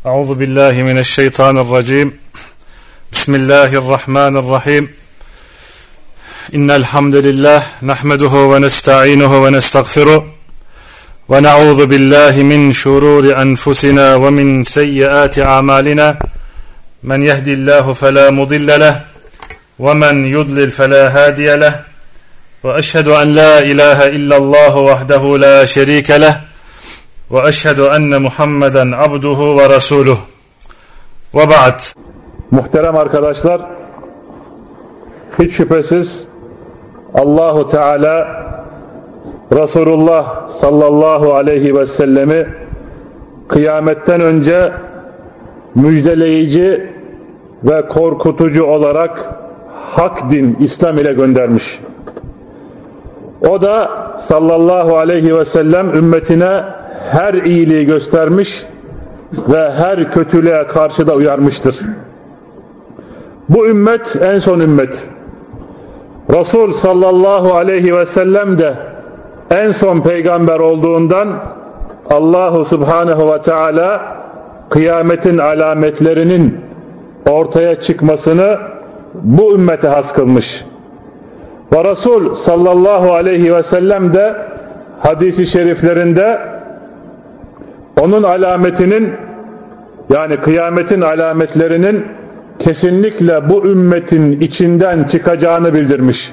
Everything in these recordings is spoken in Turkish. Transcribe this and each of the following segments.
Euzu billahi mineşşeytanirracim. Bismillahirrahmanirrahim. İnnel hamdelellahi nahmeduhu ve nestainuhu ve nestağfiruh. Ve na'udzu billahi min şururi enfusina ve min seyyiati a'malina. Men yehdihillahu fela mudille leh ve men yudlil fela hadiye leh. Ve eşhedü en la ilahe illallah vahdehu la şerike leh. Ve eşhedü enne Muhammeden abduhu ve resuluh. Ve ba'd. Muhterem arkadaşlar, hiç şüphesiz Allahu Teala Resulullah sallallahu aleyhi ve sellemi kıyametten önce müjdeleyici ve korkutucu olarak hak din İslam ile göndermiş. O da sallallahu aleyhi ve sellem ümmetine her iyiliği göstermiş ve her kötülüğe karşı da uyarmıştır. Bu ümmet en son ümmet. Resul sallallahu aleyhi ve sellem de en son peygamber olduğundan Allahu Subhanahu ve Teala kıyametin alametlerinin ortaya çıkmasını bu ümmete has kılmış. Ve Resul sallallahu aleyhi ve sellem de hadisi şeriflerinde onun alametinin, yani kıyametin alametlerinin kesinlikle bu ümmetin içinden çıkacağını bildirmiş.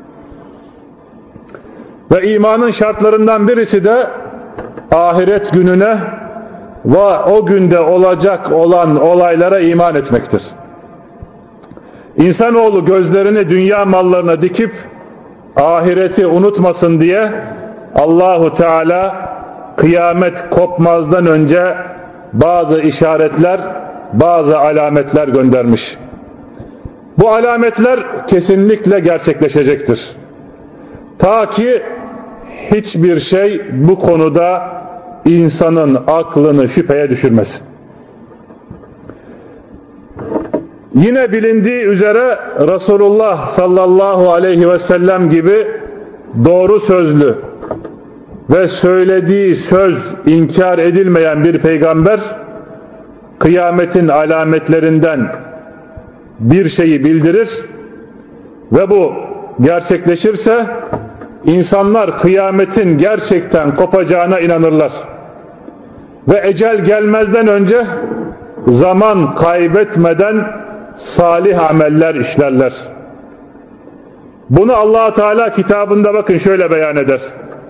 Ve imanın şartlarından birisi de ahiret gününe ve o günde olacak olan olaylara iman etmektir. İnsanoğlu gözlerini dünya mallarına dikip ahireti unutmasın diye Allahu Teala kıyamet kopmazdan önce bazı işaretler, bazı alametler göndermiş. Bu alametler kesinlikle gerçekleşecektir. Ta ki hiçbir şey bu konuda insanın aklını şüpheye düşürmesin. Yine bilindiği üzere Resulullah sallallahu aleyhi ve sellem gibi doğru sözlü ve söylediği söz inkar edilmeyen bir peygamber kıyametin alametlerinden bir şeyi bildirir ve bu gerçekleşirse insanlar kıyametin gerçekten kopacağına inanırlar ve ecel gelmezden önce zaman kaybetmeden salih ameller işlerler. Bunu Allah Teala kitabında bakın şöyle beyan eder.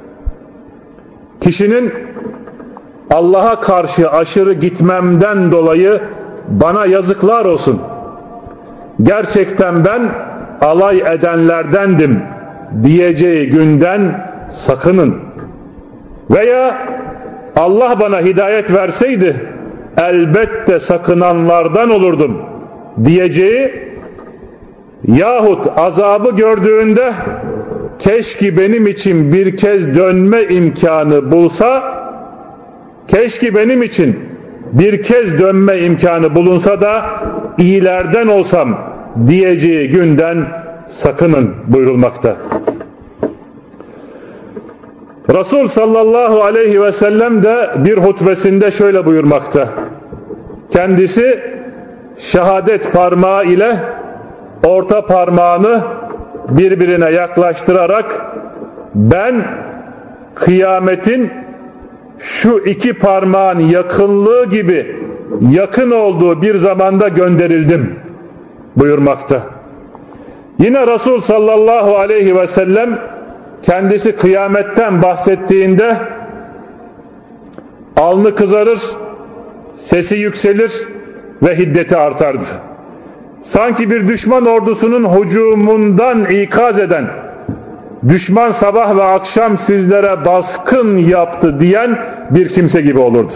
Kişinin Allah'a karşı aşırı gitmemden dolayı bana yazıklar olsun, gerçekten ben alay edenlerdendim diyeceği günden sakının. Veya Allah bana hidayet verseydi elbette sakınanlardan olurdum diyeceği, yahut azabı gördüğünde keşke benim için bir kez dönme imkanı bulsa, keşke benim için bir kez dönme imkanı bulunsa da iyilerden olsam diyeceği günden sakının buyurulmakta. Resul sallallahu aleyhi ve sellem de bir hutbesinde şöyle buyurmakta. Kendisi şehadet parmağı ile orta parmağını birbirine yaklaştırarak ben kıyametin şu iki parmağın yakınlığı gibi yakın olduğu bir zamanda gönderildim buyurmakta. Yine Resul sallallahu aleyhi ve sellem kendisi kıyametten bahsettiğinde alnı kızarır, sesi yükselir ve hiddeti artardı. Sanki bir düşman ordusunun hücumundan ikaz eden, düşman sabah ve akşam sizlere baskın yaptı diyen bir kimse gibi olurdu.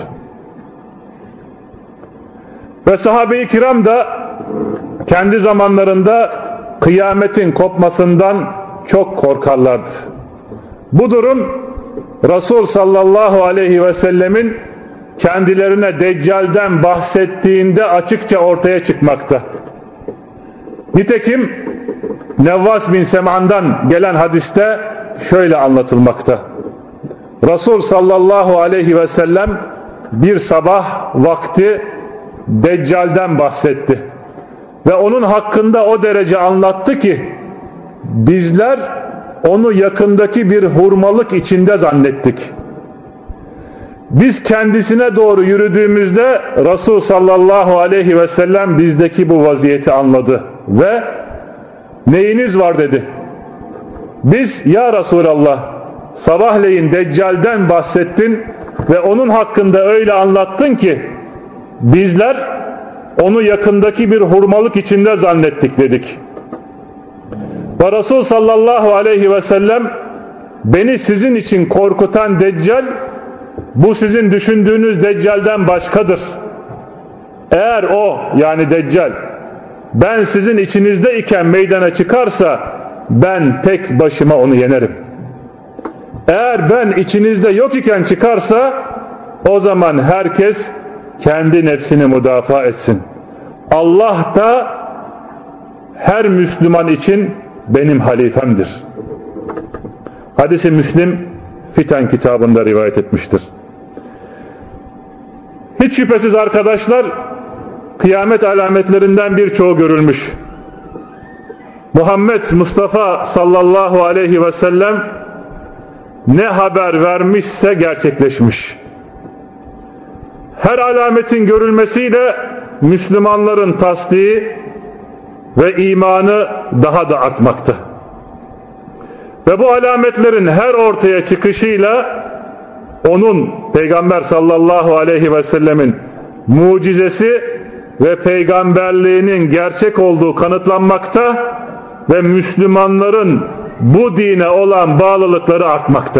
Ve sahabe-i kiram da kendi zamanlarında kıyametin kopmasından çok korkarlardı. Bu durum Resul sallallahu aleyhi ve sellemin kendilerine Deccal'den bahsettiğinde açıkça ortaya çıkmakta. Nitekim Nevvas bin Sem'an'dan gelen hadiste şöyle anlatılmakta. Resul sallallahu aleyhi ve sellem bir sabah vakti Deccal'den bahsetti. Ve onun hakkında o derece anlattı ki bizler onu yakındaki bir hurmalık içinde zannettik. Biz kendisine doğru yürüdüğümüzde Resul sallallahu aleyhi ve sellem bizdeki bu vaziyeti anladı ve neyiniz var dedi. Biz ya Resulallah sabahleyin Deccal'den bahsettin ve onun hakkında öyle anlattın ki bizler onu yakındaki bir hurmalık içinde zannettik dedik. Ve Resul sallallahu aleyhi ve sellem beni sizin için korkutan Deccal bu sizin düşündüğünüz Deccal'den başkadır. Eğer o yani Deccal ben sizin içinizde iken meydana çıkarsa ben tek başıma onu yenerim. Eğer ben içinizde yok iken çıkarsa o zaman herkes kendi nefsini müdafaa etsin. Allah da her Müslüman için benim halifemdir. Hadis-i Müslim Fiten kitabında rivayet etmiştir. Hiç şüphesiz arkadaşlar kıyamet alametlerinden birçoğu görülmüş. Muhammed Mustafa sallallahu aleyhi ve sellem ne haber vermişse gerçekleşmiş. Her alametin görülmesiyle Müslümanların tasdiği ve imanı daha da artmakta. Ve bu alametlerin her ortaya çıkışıyla onun Peygamber sallallahu aleyhi ve sellemin mucizesi ve peygamberliğinin gerçek olduğu kanıtlanmakta ve Müslümanların bu dine olan bağlılıkları artmakta.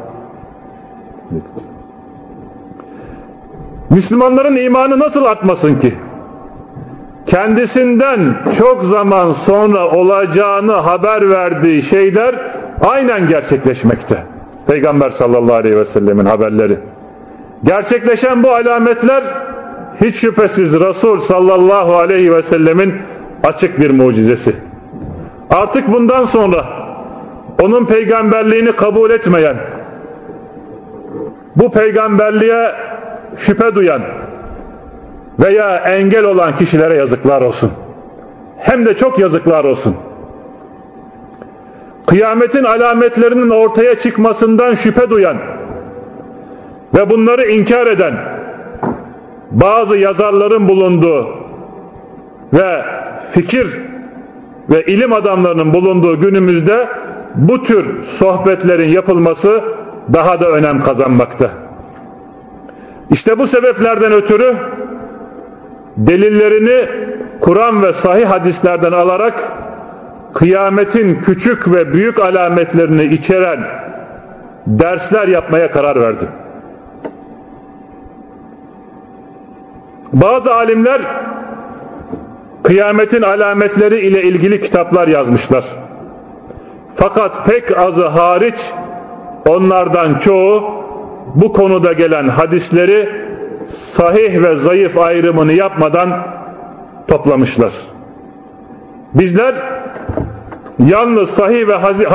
Müslümanların imanı nasıl artmasın ki? Kendisinden çok zaman sonra olacağını haber verdiği şeyler aynen gerçekleşmekte. Peygamber sallallahu aleyhi ve sellemin haberleri. Gerçekleşen bu alametler hiç şüphesiz Resul sallallahu aleyhi ve sellemin açık bir mucizesi. Artık bundan sonra onun peygamberliğini kabul etmeyen, bu peygamberliğe şüphe duyan veya engel olan kişilere yazıklar olsun. Hem de çok yazıklar olsun. Kıyametin alametlerinin ortaya çıkmasından şüphe duyan ve bunları inkar eden bazı yazarların bulunduğu ve fikir ve ilim adamlarının bulunduğu günümüzde bu tür sohbetlerin yapılması daha da önem kazanmakta. İşte bu sebeplerden ötürü delillerini Kur'an ve sahih hadislerden alarak kıyametin küçük ve büyük alametlerini içeren dersler yapmaya karar verdim. Bazı alimler kıyametin alametleri ile ilgili kitaplar yazmışlar. Fakat pek azı hariç onlardan çoğu bu konuda gelen hadisleri sahih ve zayıf ayrımını yapmadan toplamışlar. Bizler yalnız sahih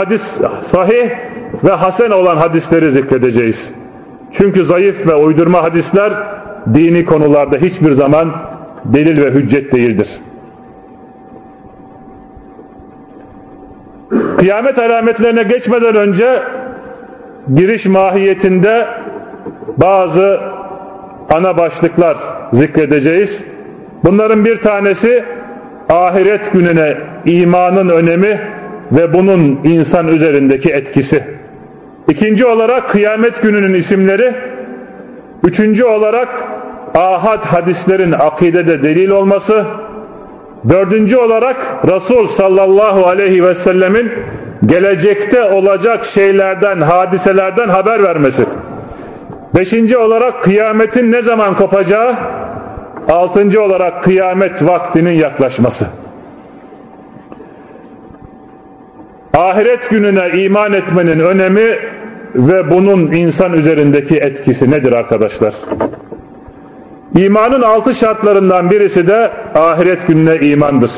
ve hasen olan hadisleri zikredeceğiz. Çünkü zayıf ve uydurma hadisler dini konularda hiçbir zaman delil ve hüccet değildir. Kıyamet alametlerine geçmeden önce giriş mahiyetinde bazı ana başlıklar zikredeceğiz. Bunların bir tanesi ahiret gününe imanın önemi ve bunun insan üzerindeki etkisi. İkinci olarak kıyamet gününün isimleri. Üçüncü olarak ahad hadislerin akidede delil olması. Dördüncü olarak Resul sallallahu aleyhi ve sellemin gelecekte olacak şeylerden, hadiselerden haber vermesi. Beşinci olarak kıyametin ne zaman kopacağı. Altıncı olarak kıyamet vaktinin yaklaşması. Ahiret gününe iman etmenin önemi ve bunun insan üzerindeki etkisi nedir arkadaşlar? İmanın 6 şartlarından birisi de ahiret gününe imandır.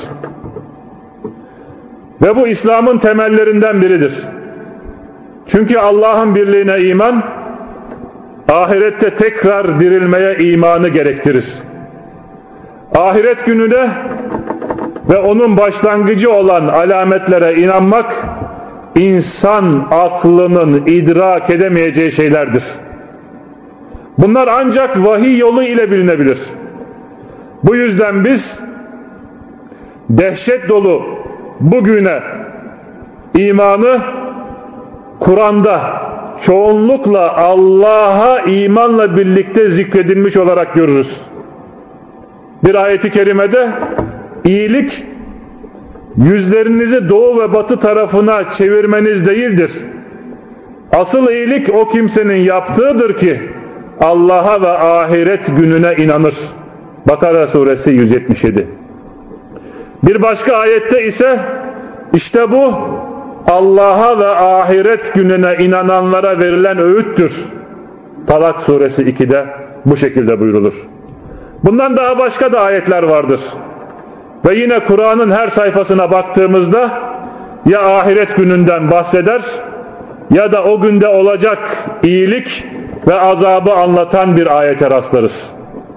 Ve bu İslam'ın temellerinden biridir. Çünkü Allah'ın birliğine iman, ahirette tekrar dirilmeye imanı gerektirir. ahiret gününe ve onun başlangıcı olan alametlere inanmak, insan aklının idrak edemeyeceği şeylerdir. Bunlar ancak vahiy yolu ile bilinebilir. Bu yüzden biz dehşet dolu bugüne imanı Kur'an'da çoğunlukla Allah'a imanla birlikte zikredilmiş olarak görürüz. Bir ayeti kerimede iyilik yüzlerinizi doğu ve batı tarafına çevirmeniz değildir. Asıl iyilik o kimsenin yaptığıdır ki Allah'a ve ahiret gününe inanır. Bakara suresi 177. Bir başka ayette ise işte bu Allah'a ve ahiret gününe inananlara verilen öğüttür. Talak suresi 2'de bu şekilde buyrulur. Bundan daha başka da ayetler vardır. Ve yine Kur'an'ın her sayfasına baktığımızda ya ahiret gününden bahseder ya da o günde olacak iyilik ve azabı anlatan bir ayete rastlarız.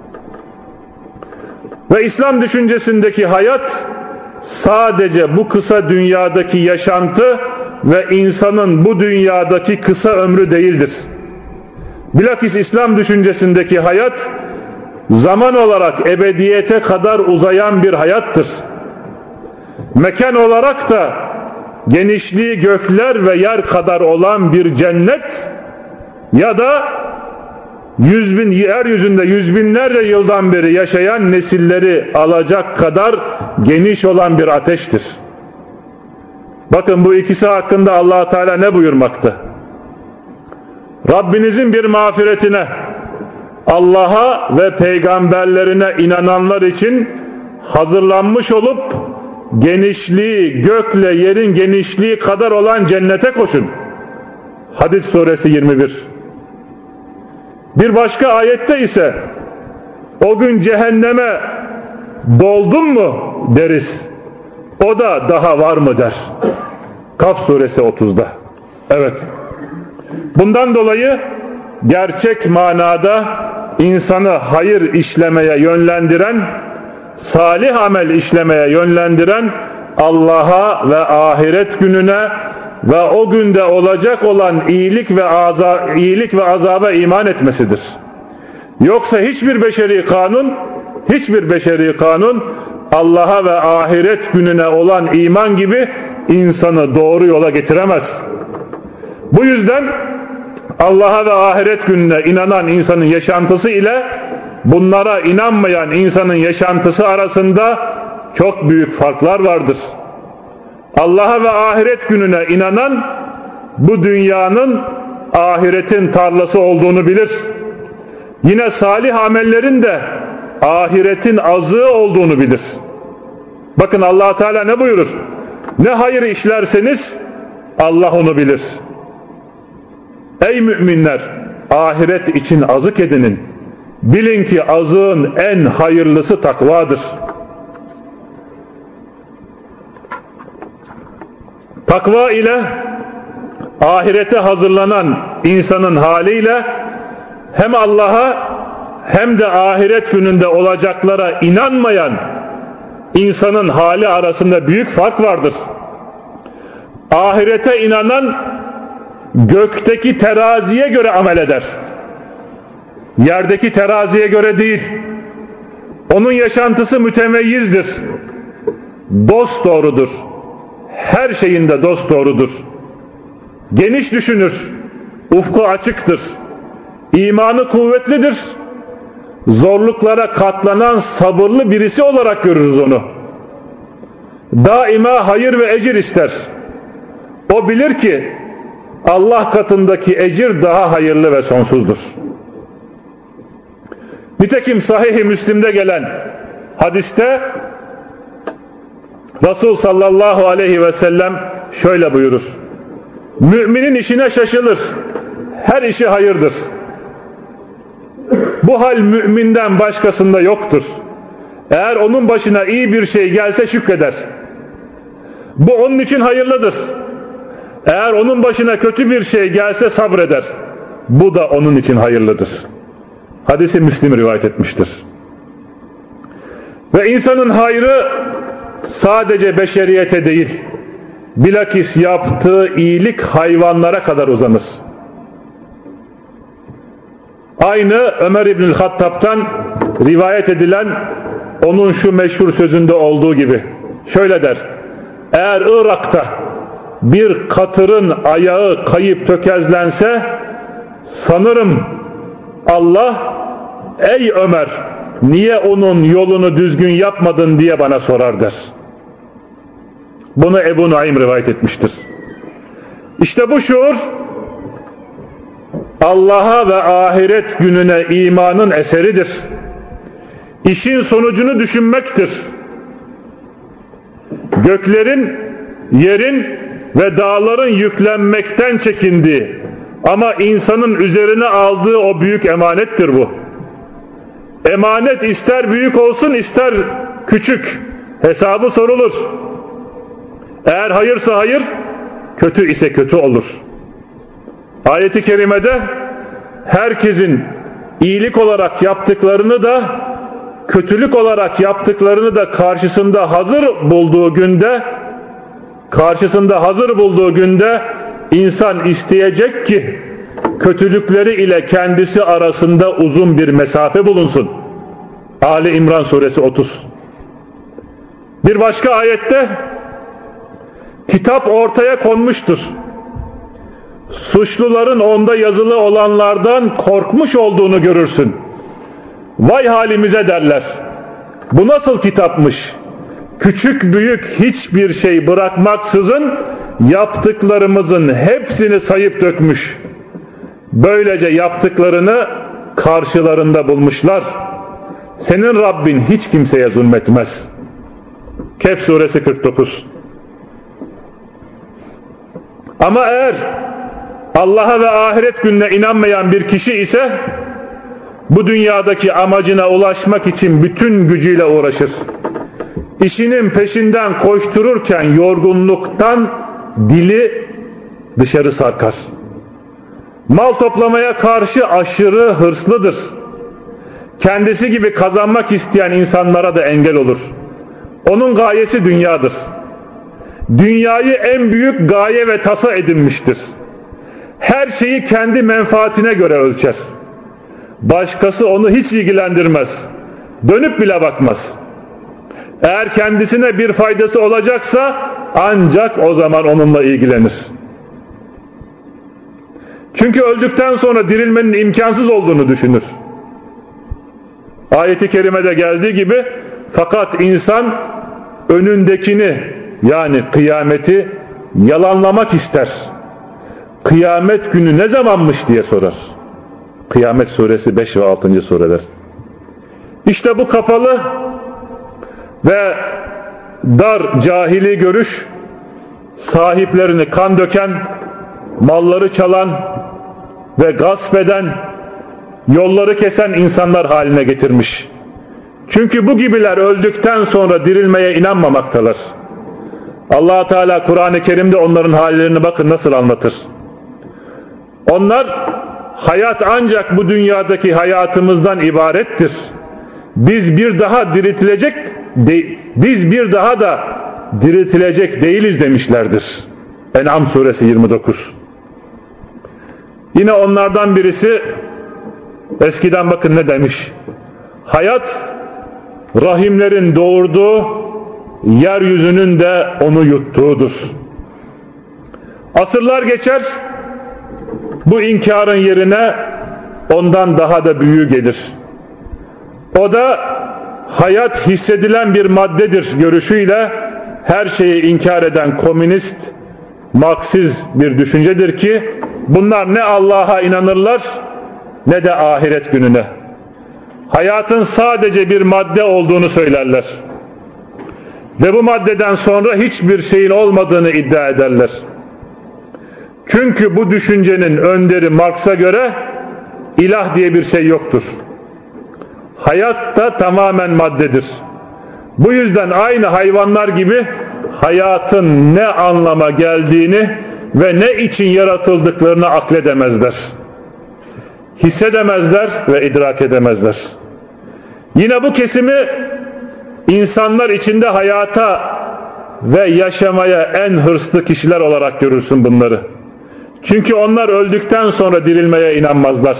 Ve İslam düşüncesindeki hayat sadece bu kısa dünyadaki yaşantı ve insanın bu dünyadaki kısa ömrü değildir. Bilakis İslam düşüncesindeki hayat zaman olarak ebediyete kadar uzayan bir hayattır. Mekan olarak da genişliği gökler ve yer kadar olan bir cennet ya da yeryüzünde yüz binlerce yıldan beri yaşayan nesilleri alacak kadar geniş olan bir ateştir. Bakın bu ikisi hakkında Allah Teala ne buyurmakta? Rabbinizin bir mağfiretine, Allah'a ve peygamberlerine inananlar için hazırlanmış olup genişliği gökle yerin genişliği kadar olan cennete koşun. Hadid suresi 21. Bir başka ayette ise o gün cehenneme doldun mu deriz. O da daha var mı der. Kaf suresi 30'da. Evet. Bundan dolayı gerçek manada insanı hayır işlemeye yönlendiren, salih amel işlemeye yönlendiren Allah'a ve ahiret gününe ve o günde olacak olan iyilik ve azaba iman etmesidir. Yoksa hiçbir beşeri kanun Allah'a ve ahiret gününe olan iman gibi insanı doğru yola getiremez. Bu yüzden Allah'a ve ahiret gününe inanan insanın yaşantısı ile bunlara inanmayan insanın yaşantısı arasında çok büyük farklar vardır. Allah'a ve ahiret gününe inanan bu dünyanın ahiretin tarlası olduğunu bilir. Yine salih amellerin de ahiretin azığı olduğunu bilir. Bakın Allah Teala ne buyurur? Ne hayır işlerseniz Allah onu bilir. Ey müminler, ahiret için azık edinin. Bilin ki azığın en hayırlısı takvadır. Takva ile ahirete hazırlanan insanın haliyle hem Allah'a hem de ahiret gününde olacaklara inanmayan insanın hali arasında büyük fark vardır. Ahirete inanan gökteki teraziye göre amel eder. Yerdeki teraziye göre değil. Onun yaşantısı mütemeyyizdir. Dosdoğrudur. Her şeyinde dosdoğrudur. Geniş düşünür. Ufku açıktır. İmanı kuvvetlidir. Zorluklara katlanan sabırlı birisi olarak görürüz onu. Daima hayır ve ecir ister. O bilir ki Allah katındaki ecir daha hayırlı ve sonsuzdur. Nitekim Sahih-i Müslim'de gelen hadiste Resul sallallahu aleyhi ve sellem şöyle buyurur: müminin işine şaşılır, her işi hayırdır. Bu hal müminden başkasında yoktur. Eğer onun başına iyi bir şey gelse şükreder. Bu onun için hayırlıdır. Eğer onun başına kötü bir şey gelse sabreder. Bu da onun için hayırlıdır. Hadisi Müslim rivayet etmiştir. Ve insanın hayrı sadece beşeriyete değil, bilakis yaptığı iyilik hayvanlara kadar uzanır. Aynı Ömer İbnül Hattab'tan rivayet edilen onun şu meşhur sözünde olduğu gibi. Şöyle der: eğer Irak'ta bir katırın ayağı kayıp tökezlense, sanırım Allah, ey Ömer, niye onun yolunu düzgün yapmadın diye bana sorar der. Bunu Ebu Nuaym rivayet etmiştir. İşte bu şuur Allah'a ve ahiret gününe imanın eseridir. İşin sonucunu düşünmektir. Göklerin, yerin ve dağların yüklenmekten çekindiği ama insanın üzerine aldığı o büyük emanettir bu. Emanet ister büyük olsun ister küçük, hesabı sorulur. Eğer hayırsa hayır, kötü ise kötü olur. Ayet-i kerimede herkesin iyilik olarak yaptıklarını da kötülük olarak yaptıklarını da karşısında hazır bulduğu günde insan isteyecek ki kötülükleri ile kendisi arasında uzun bir mesafe bulunsun. Ali İmran suresi 30. Bir başka ayette kitap ortaya konmuştur. Suçluların onda yazılı olanlardan korkmuş olduğunu görürsün. Vay halimize derler. Bu nasıl kitapmış? Küçük büyük hiçbir şey bırakmaksızın yaptıklarımızın hepsini sayıp dökmüş. Böylece yaptıklarını karşılarında bulmuşlar. Senin Rabbin hiç kimseye zulmetmez. Kehf suresi 49. Ama eğer Allah'a ve ahiret gününe inanmayan bir kişi ise bu dünyadaki amacına ulaşmak için bütün gücüyle uğraşır. İşinin peşinden koştururken yorgunluktan dili dışarı sarkar. Mal toplamaya karşı aşırı hırslıdır. Kendisi gibi kazanmak isteyen insanlara da engel olur. Onun gayesi dünyadır. Dünyayı en büyük gaye ve tasa edinmiştir. Her şeyi kendi menfaatine göre ölçer. Başkası onu hiç ilgilendirmez. Dönüp bile bakmaz. Eğer kendisine bir faydası olacaksa ancak o zaman onunla ilgilenir. Çünkü öldükten sonra dirilmenin imkansız olduğunu düşünür. Ayet-i kerimede geldiği gibi, fakat insan önündekini, yani kıyameti yalanlamak ister. Kıyamet günü ne zamanmış diye sorar. Kıyamet suresi 5 ve 6. sureler. İşte bu kapalı ve dar cahili görüş sahiplerini kan döken, malları çalan ve gasp eden, yolları kesen insanlar haline getirmiş. Çünkü bu gibiler öldükten sonra dirilmeye inanmamaktalar. Allah Teala Kur'an-ı Kerim'de onların hallerini bakın nasıl anlatır. Onlar, hayat ancak bu dünyadaki hayatımızdan ibarettir. Biz bir daha diriltilecek değiliz demişlerdir. En'am suresi 29. Yine onlardan birisi eskiden bakın ne demiş: hayat rahimlerin doğurduğu, yeryüzünün de onu yuttuğudur. Asırlar geçer, bu inkarın yerine ondan daha da büyüğü gelir. O da hayat hissedilen bir maddedir görüşüyle her şeyi inkar eden komünist, Marksiz bir düşüncedir ki bunlar ne Allah'a inanırlar ne de ahiret gününe. Hayatın sadece bir madde olduğunu söylerler. Ve bu maddeden sonra hiçbir şeyin olmadığını iddia ederler. Çünkü bu düşüncenin önderi Marx'a göre ilah diye bir şey yoktur. Hayat da tamamen maddedir. Bu yüzden aynı hayvanlar gibi hayatın ne anlama geldiğini ve ne için yaratıldıklarını akledemezler. Hissedemezler ve idrak edemezler. Yine bu kesimi insanlar içinde hayata ve yaşamaya en hırslı kişiler olarak görürsün bunları. Çünkü onlar öldükten sonra dirilmeye inanmazlar.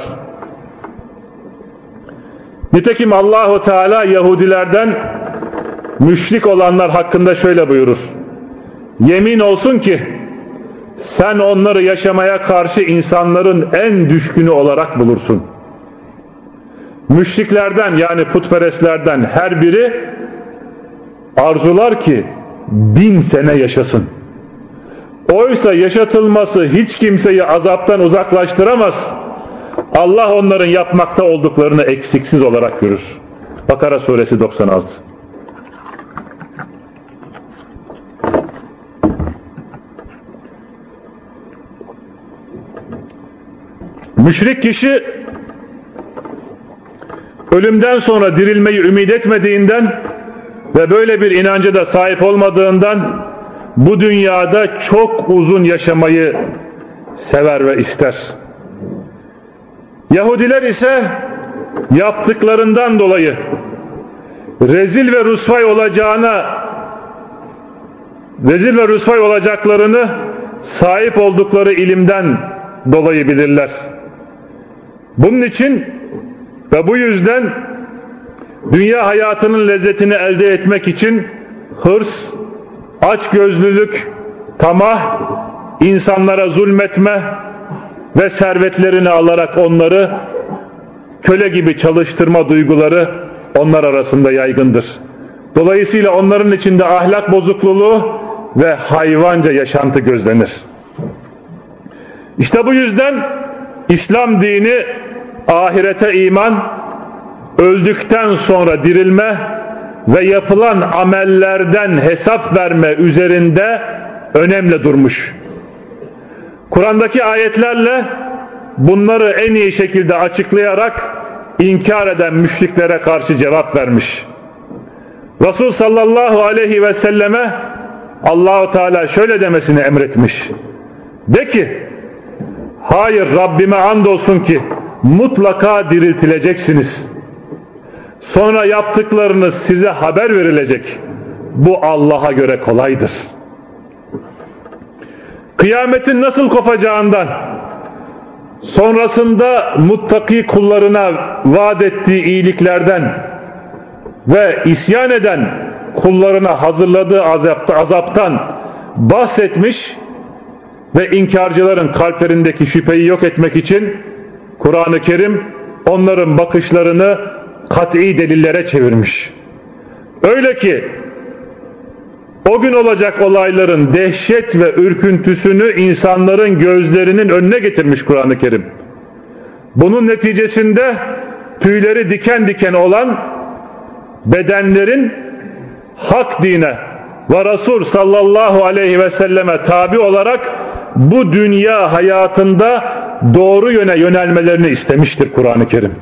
Nitekim Allahu Teala Yahudilerden müşrik olanlar hakkında şöyle buyurur: yemin olsun ki sen onları yaşamaya karşı insanların en düşkünü olarak bulursun. Müşriklerden, yani putperestlerden her biri arzular ki 1000 sene yaşasın. Oysa yaşatılması hiç kimseyi azaptan uzaklaştıramaz. Allah onların yapmakta olduklarını eksiksiz olarak görür. Bakara suresi 96. Müşrik kişi ölümden sonra dirilmeyi ümit etmediğinden ve böyle bir inanca da sahip olmadığından bu dünyada çok uzun yaşamayı sever ve ister. Yahudiler ise yaptıklarından dolayı rezil ve rüsvay olacaklarını sahip oldukları ilimden dolayı bilirler. Bunun için ve bu yüzden dünya hayatının lezzetini elde etmek için hırs, açgözlülük, tamah, insanlara zulmetme ve servetlerini alarak onları köle gibi çalıştırma duyguları onlar arasında yaygındır. Dolayısıyla onların içinde ahlak bozukluğu ve hayvanca yaşantı gözlenir. İşte bu yüzden İslam dini ahirete iman, öldükten sonra dirilme ve yapılan amellerden hesap verme üzerinde önemli durmuş. Kur'an'daki ayetlerle bunları en iyi şekilde açıklayarak inkar eden müşriklere karşı cevap vermiş. Resul sallallahu aleyhi ve selleme Allah-u Teala şöyle demesini emretmiş: de ki, hayır, Rabbime andolsun ki mutlaka diriltileceksiniz. Sonra yaptıklarınız size haber verilecek. Bu Allah'a göre kolaydır. Kıyametin nasıl kopacağından, sonrasında muttaki kullarına vaat ettiği iyiliklerden ve isyan eden kullarına hazırladığı azaptan bahsetmiş ve inkarcıların kalplerindeki şüpheyi yok etmek için Kur'an-ı Kerim onların bakışlarını kat'i delillere çevirmiş. Öyle ki o gün olacak olayların dehşet ve ürküntüsünü insanların gözlerinin önüne getirmiş Kur'an-ı Kerim. Bunun neticesinde tüyleri diken diken olan bedenlerin hak dine ve Resul sallallahu aleyhi ve selleme tabi olarak bu dünya hayatında doğru yöne yönelmelerini istemiştir Kur'an-ı Kerim.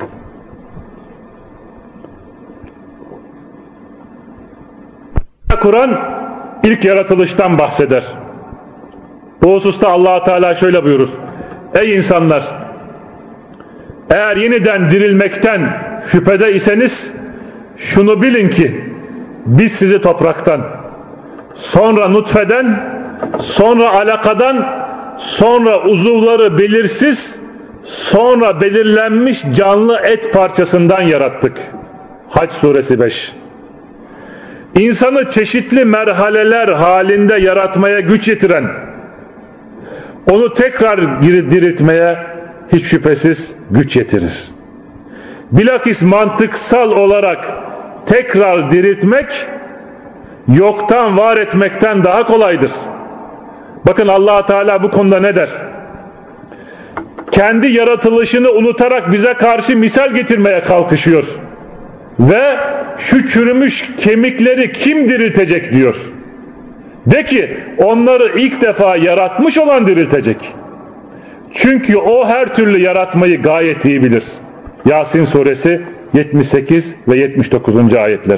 Kur'an ilk yaratılıştan bahseder. Bu hususta Allah Teala şöyle buyurur: ey insanlar, eğer yeniden dirilmekten şüphede iseniz şunu bilin ki biz sizi topraktan, sonra nutfeden, sonra alakadan, sonra uzuvları belirsiz, sonra belirlenmiş canlı et parçasından yarattık. Hac suresi 5. İnsanı çeşitli merhaleler halinde yaratmaya güç yetiren, onu tekrar diriltmeye hiç şüphesiz güç yetirir. Bilakis mantıksal olarak tekrar diriltmek yoktan var etmekten daha kolaydır. Bakın Allah Teala bu konuda ne der? Kendi yaratılışını unutarak bize karşı misal getirmeye kalkışıyor. Ve şu çürümüş kemikleri kim diriltecek diyor. De ki, onları ilk defa yaratmış olan diriltecek. Çünkü o her türlü yaratmayı gayet iyi bilir. Yasin suresi 78 ve 79. ayetler.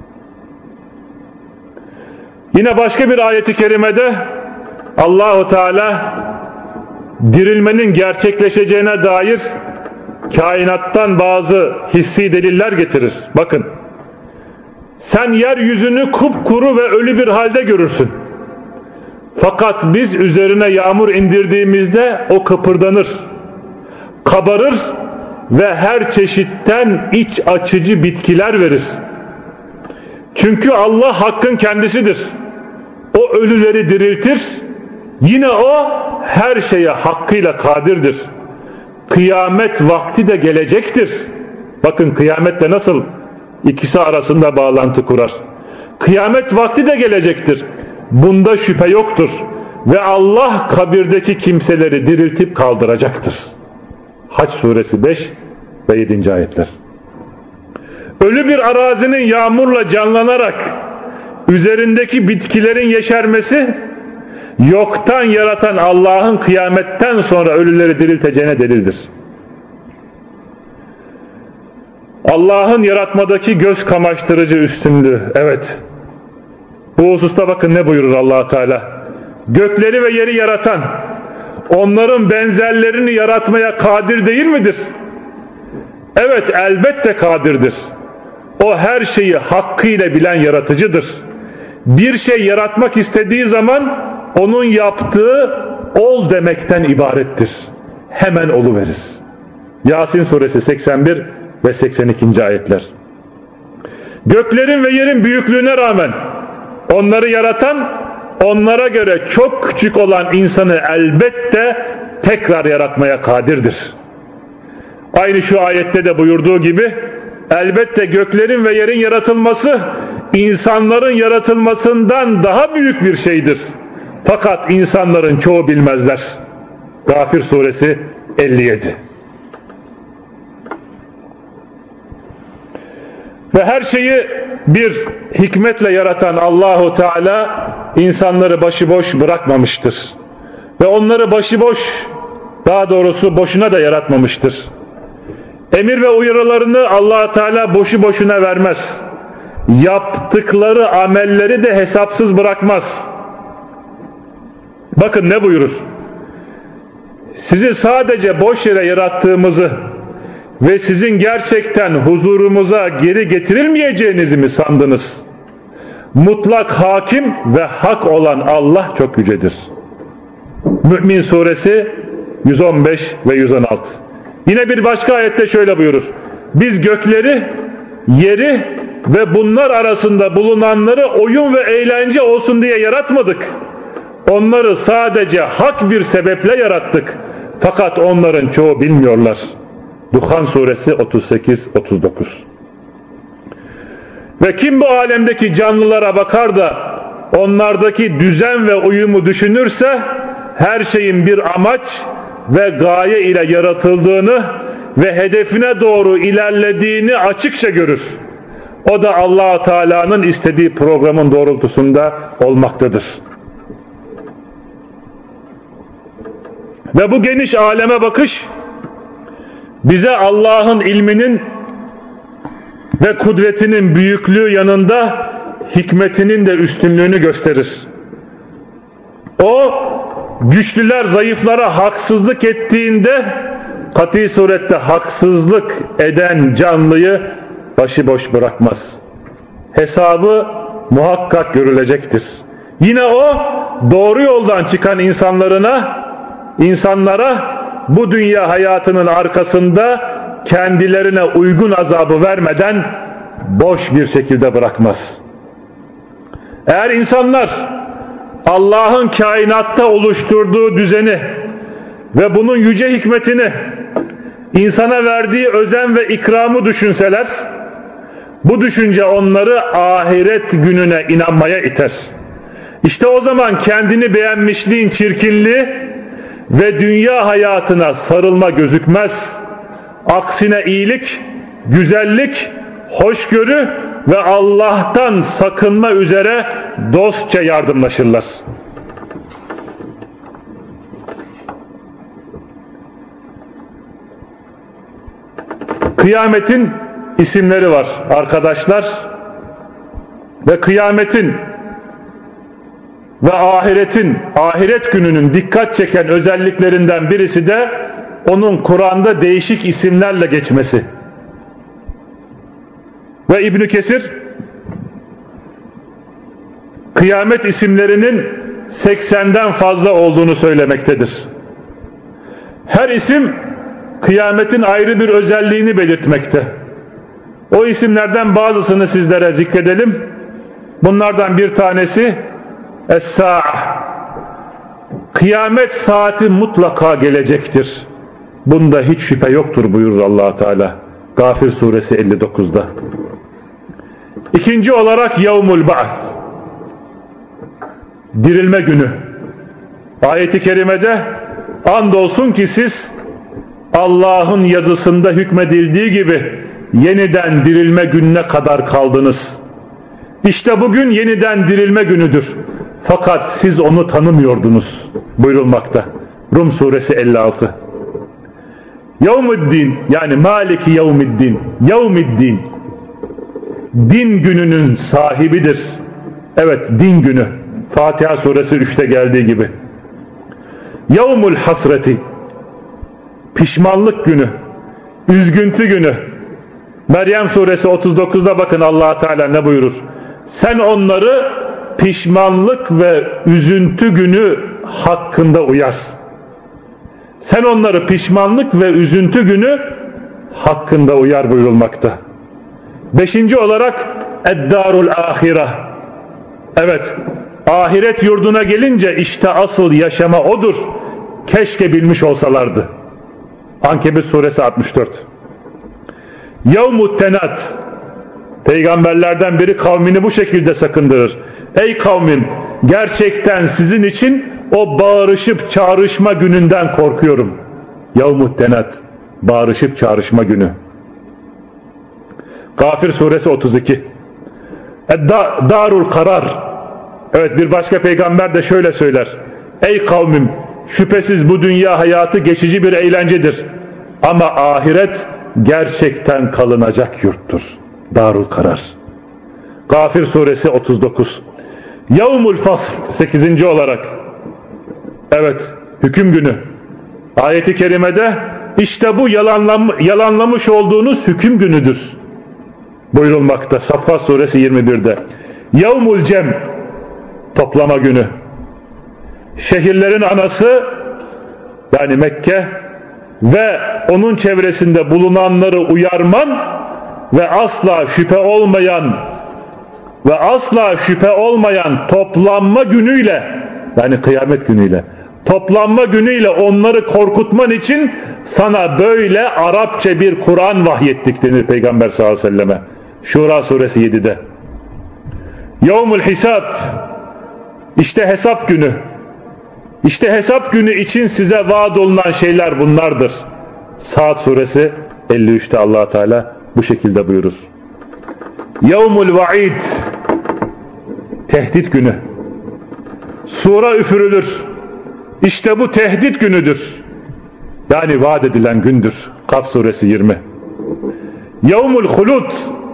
Yine başka bir ayeti kerimede Allahu Teala dirilmenin gerçekleşeceğine dair kainattan bazı hissi deliller getirir. Bakın, Sen yeryüzünü kupkuru ve ölü bir halde görürsün. Fakat biz üzerine yağmur indirdiğimizde o kıpırdanır, kabarır ve her çeşitten iç açıcı bitkiler verir. Çünkü Allah hakkın kendisidir. O ölüleri diriltir. Yine o her şeye hakkıyla kadirdir. Kıyamet vakti de gelecektir. Bakın kıyametle nasıl ikisi arasında bağlantı kurar. Kıyamet vakti de gelecektir. Bunda şüphe yoktur. Ve Allah kabirdeki kimseleri diriltip kaldıracaktır. Hac suresi 5 ve 7. ayetler. Ölü bir arazinin yağmurla canlanarak üzerindeki bitkilerin yeşermesi, yoktan yaratan Allah'ın kıyametten sonra ölüleri dirilteceğine delildir. Allah'ın yaratmadaki göz kamaştırıcı üstünlüğü. Evet. Bu hususta bakın ne buyurur Allah Teala. Gökleri ve yeri yaratan, onların benzerlerini yaratmaya kadir değil midir? Evet, elbette kadirdir. O her şeyi hakkıyla bilen yaratıcıdır. Bir şey yaratmak istediği zaman onun yaptığı ol demekten ibarettir. Hemen oluverir. Yasin suresi 81 ve 82. ayetler. Göklerin ve yerin büyüklüğüne rağmen onları yaratan, onlara göre çok küçük olan insanı elbette tekrar yaratmaya kadirdir. Aynı şu ayette de buyurduğu gibi, elbette göklerin ve yerin yaratılması insanların yaratılmasından daha büyük bir şeydir. Fakat insanların çoğu bilmezler. Gafir suresi 57. Ve her şeyi bir hikmetle yaratan Allahu Teala insanları başıboş bırakmamıştır. Ve onları başıboş, daha doğrusu boşuna da yaratmamıştır. Emir ve uyarılarını Allah Teala boşu boşuna vermez. Yaptıkları amelleri de hesapsız bırakmaz. Bakın ne buyurur? Sizi sadece boş yere yarattığımızı ve sizin gerçekten huzurumuza geri getirilmeyeceğinizi mi sandınız? Mutlak hakim ve hak olan Allah çok yücedir. Mü'min suresi 115 ve 116. Yine bir başka ayette şöyle buyurur. Biz gökleri, yeri ve bunlar arasında bulunanları oyun ve eğlence olsun diye yaratmadık. Onları sadece hak bir sebeple yarattık. Fakat onların çoğu bilmiyorlar. Duhan suresi 38-39. Ve kim bu alemdeki canlılara bakar da onlardaki düzen ve uyumu düşünürse, her şeyin bir amaç ve gaye ile yaratıldığını ve hedefine doğru ilerlediğini açıkça görür. O da Allah Teala'nın istediği programın doğrultusunda olmaktadır. Ve bu geniş aleme bakış bize Allah'ın ilminin ve kudretinin büyüklüğü yanında hikmetinin de üstünlüğünü gösterir. O güçlüler zayıflara haksızlık ettiğinde kat'i surette haksızlık eden canlıyı başıboş bırakmaz. Hesabı muhakkak görülecektir. Yine o doğru yoldan çıkan insanlara bu dünya hayatının arkasında kendilerine uygun azabı vermeden boş bir şekilde bırakmaz. Eğer insanlar Allah'ın kainatta oluşturduğu düzeni ve bunun yüce hikmetini, insana verdiği özen ve ikramı düşünseler, bu düşünce onları ahiret gününe inanmaya iter. İşte o zaman kendini beğenmişliğin çirkinliği ve dünya hayatına sarılma gözükmez. Aksine iyilik, güzellik, hoşgörü ve Allah'tan sakınma üzere dostça yardımlaşırlar. Kıyametin isimleri var arkadaşlar. Ve kıyametin ve ahiret gününün dikkat çeken özelliklerinden birisi de onun Kur'an'da değişik isimlerle geçmesi. Ve İbn Kesir kıyamet isimlerinin 80'den fazla olduğunu söylemektedir. Her isim kıyametin ayrı bir özelliğini belirtmekte. O isimlerden bazısını sizlere zikredelim. Bunlardan bir tanesi Es-Sa'ah. Kıyamet saati mutlaka gelecektir. Bunda hiç şüphe yoktur buyurur Allah Teala. Gafir suresi 59'da. İkinci olarak Yevmul Ba'th. Dirilme günü. Ayet-i kerimede andolsun ki siz Allah'ın yazısında hükmedildiği gibi yeniden dirilme gününe kadar kaldınız. İşte bugün yeniden dirilme günüdür. Fakat siz onu tanımıyordunuz buyurulmakta. Rum suresi 56. Yevmuddin, yani Maliki Yevmiddin. Yevmiddin, din gününün sahibidir. Evet, din günü. Fatiha suresi 3'te geldiği gibi. Yevmul hasreti, pişmanlık günü, üzgüntü günü. Meryem suresi 39'da bakın Allah Teala ne buyurur? Sen onları pişmanlık ve üzüntü günü hakkında uyar. Sen onları pişmanlık ve üzüntü günü hakkında uyar buyurulmakta. Beşinci olarak Eddarul Ahire. Evet, ahiret yurduna gelince işte asıl yaşama odur. Keşke bilmiş olsalardı. Ankebut suresi 64. Yevmut Tenat. Peygamberlerden biri kavmini bu şekilde sakındırır. Ey kavmim, gerçekten sizin için o bağırışıp çağrışma gününden korkuyorum. Yevmut Tenat, bağırışıp çağrışma günü. Gafir suresi 32. Darul Karar. Evet, bir başka peygamber de şöyle söyler. Ey kavmim, şüphesiz bu dünya hayatı geçici bir eğlencedir. Ama ahiret gerçekten kalınacak yurttur. Darul Karar. Gafir suresi 39. Yevmul Fasl, 8. olarak. Evet, hüküm günü. Ayet-i kerimede işte bu yalanlamış olduğunuz hüküm günüdür buyurulmakta. Saffat suresi 21'de. Yevmul Cem, toplama günü. Şehirlerin anası, yani Mekke ve onun çevresinde bulunanları uyarman ve asla şüphe olmayan toplanma günüyle, yani kıyamet günüyle, toplanma günüyle onları korkutman için sana böyle Arapça bir Kur'an vahyettik denir Peygamber sallallahu aleyhi ve selleme. Şura suresi 7'de. Yevmul Hisab, işte hesap günü. İşte hesap günü için size vaat olunan şeyler bunlardır. Saat suresi 53'te Allah Teala bu şekilde buyurur. Yevmul Vaid, tehdit günü. Sura üfürülür. İşte bu tehdit günüdür. Yani vaat edilen gündür. Kaf suresi 20. Yevmul Hulud,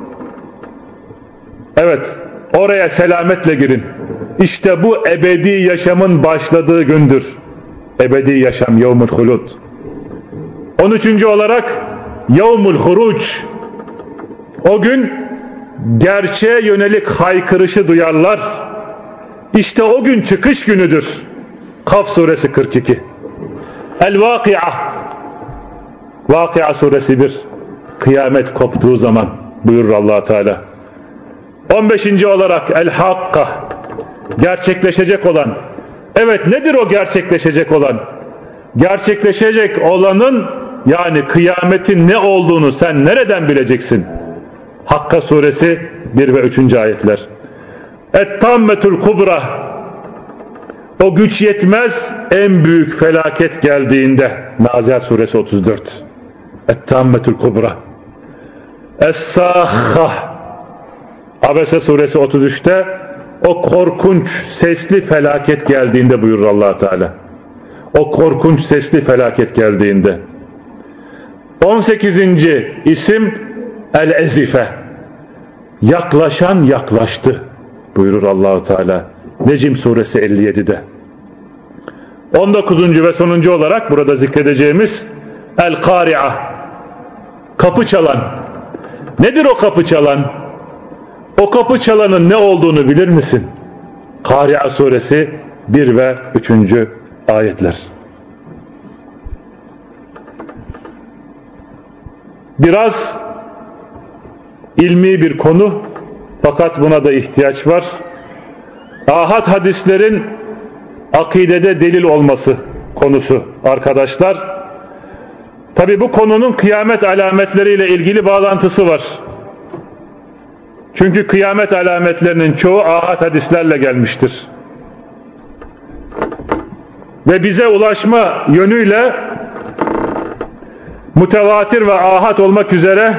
evet, oraya selametle girin. İşte bu ebedi yaşamın başladığı gündür. Ebedi yaşam, Yevmul Hulud. 13. olarak Yevmul Huruc. O gün gerçeğe yönelik haykırışı duyarlar. İşte o gün çıkış günüdür. Kaf suresi 42. El-Vakia, Vakia suresi 1. Kıyamet koptuğu zaman buyurur Allah Teala. 15. olarak El-Hakka, gerçekleşecek olan. Evet, nedir o gerçekleşecek olan? Gerçekleşecek olanın, yani kıyametin ne olduğunu sen nereden bileceksin? Hakka suresi 1 ve 3. ayetler. Et-Tammetul Kubra, o güç yetmez en büyük felaket geldiğinde. Nazihat suresi 34. Et-Tammetul Kubra. Es-Sâhha, Abese suresi 33'te o korkunç sesli felaket geldiğinde buyurur Allah Teala. O korkunç sesli felaket geldiğinde. 18. isim El-Ezife, yaklaşan yaklaştı buyurur Allah Teala. Necm suresi 57'de. 19. ve sonuncu olarak burada zikredeceğimiz El-Kari'a, kapı çalan. Nedir o kapı çalan? O kapı çalanın ne olduğunu bilir misin? Kari'a suresi 1 ve 3. ayetler. Biraz ilmi bir konu, fakat buna da ihtiyaç var. Ahad hadislerin akidede delil olması konusu arkadaşlar. Tabi bu konunun kıyamet alametleriyle ilgili bağlantısı var. Çünkü kıyamet alametlerinin çoğu ahad hadislerle gelmiştir. Ve bize ulaşma yönüyle mütevatir ve ahad olmak üzere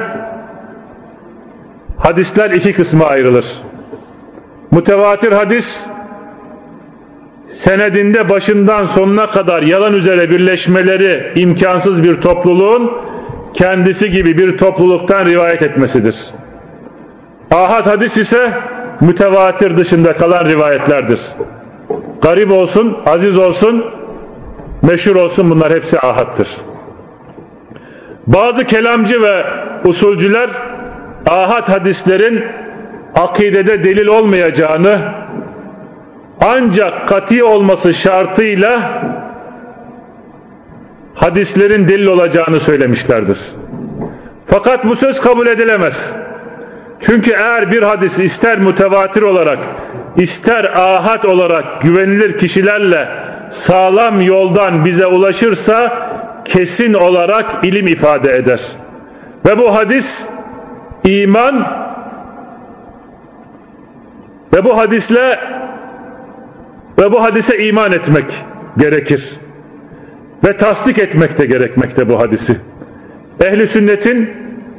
hadisler iki kısma ayrılır. Mütevatir hadis, senedinde başından sonuna kadar yalan üzere birleşmeleri imkansız bir topluluğun kendisi gibi bir topluluktan rivayet etmesidir. Ahad hadis ise mütevatir dışında kalan rivayetlerdir. Garip olsun, aziz olsun, meşhur olsun, bunlar hepsi ahattır. Bazı kelamcı ve usulcüler ahad hadislerin akidede delil olmayacağını, ancak kat'i olması şartıyla hadislerin delil olacağını söylemişlerdir. Fakat bu söz kabul edilemez. Çünkü eğer bir hadis ister mütevatir olarak ister ahad olarak güvenilir kişilerle sağlam yoldan bize ulaşırsa kesin olarak ilim ifade eder. Ve bu hadis iman ve bu hadise iman etmek gerekir. Ve tasdik etmek de gerekmekte bu hadisi. Ehli sünnetin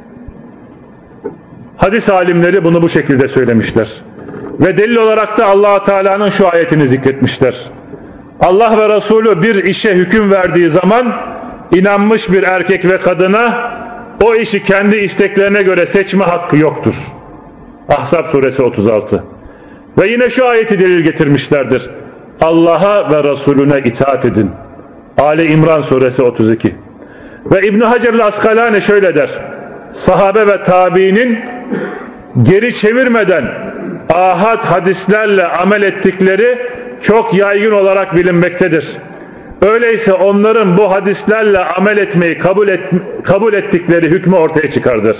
hadis alimleri bunu bu şekilde söylemişler. Ve delil olarak da Allah Teala'nın şu ayetini zikretmişler. Allah ve Resulü bir işe hüküm verdiği zaman inanmış bir erkek ve kadına o işi kendi isteklerine göre seçme hakkı yoktur. Ahzab suresi 36. Ve yine şu ayeti delil getirmişlerdir. Allah'a ve Resulüne itaat edin. Ali İmran suresi 32. Ve İbn Hacer el-Askalani şöyle der. Sahabe ve tabiinin geri çevirmeden ahad hadislerle amel ettikleri çok yaygın olarak bilinmektedir. Öyleyse onların bu hadislerle amel etmeyi kabul ettikleri hükmü ortaya çıkardır.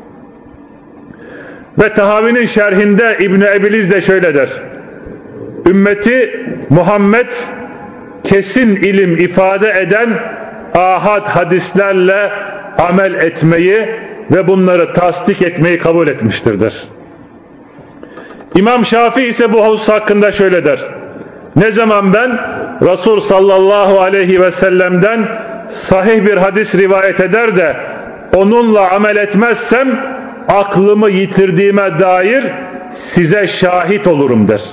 Ve Tahavi'nin şerhinde İbn-i Ebiliz de şöyle der. Ümmeti Muhammed kesin ilim ifade eden ahad hadislerle amel etmeyi ve bunları tasdik etmeyi kabul etmiştirdir. İmam Şafii ise bu husus hakkında şöyle der. Ne zaman ben Resul sallallahu aleyhi ve sellem'den sahih bir hadis rivayet eder de onunla amel etmezsem aklımı yitirdiğime dair size şahit olurum der.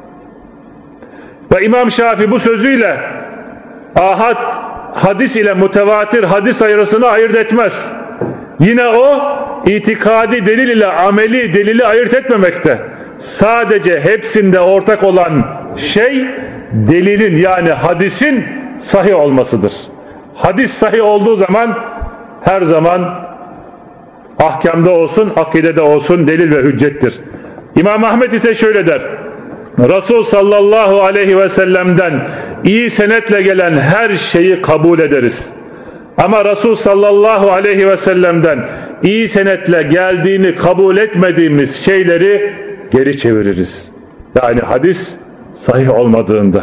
Ve İmam Şafii bu sözüyle ahad hadis ile mütevatir hadis ayrısını ayırt etmez. Yine o itikadi delil ile ameli delili ayırt etmemekte. Sadece hepsinde ortak olan şey delilin, yani hadisin sahih olmasıdır. Hadis sahih olduğu zaman her zaman ahkamda olsun, akidede olsun delil ve hüccettir. İmam Ahmed ise şöyle der. Resul sallallahu aleyhi ve sellem'den iyi senetle gelen her şeyi kabul ederiz. Ama Resul sallallahu aleyhi ve sellem'den iyi senetle geldiğini kabul etmediğimiz şeyleri geri çeviririz. Yani hadis sahih olmadığında.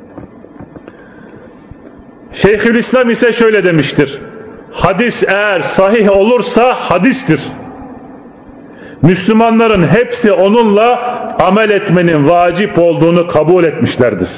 Şeyhülislam ise şöyle demiştir. Hadis eğer sahih olursa hadistir. Müslümanların hepsi onunla amel etmenin vacip olduğunu kabul etmişlerdir.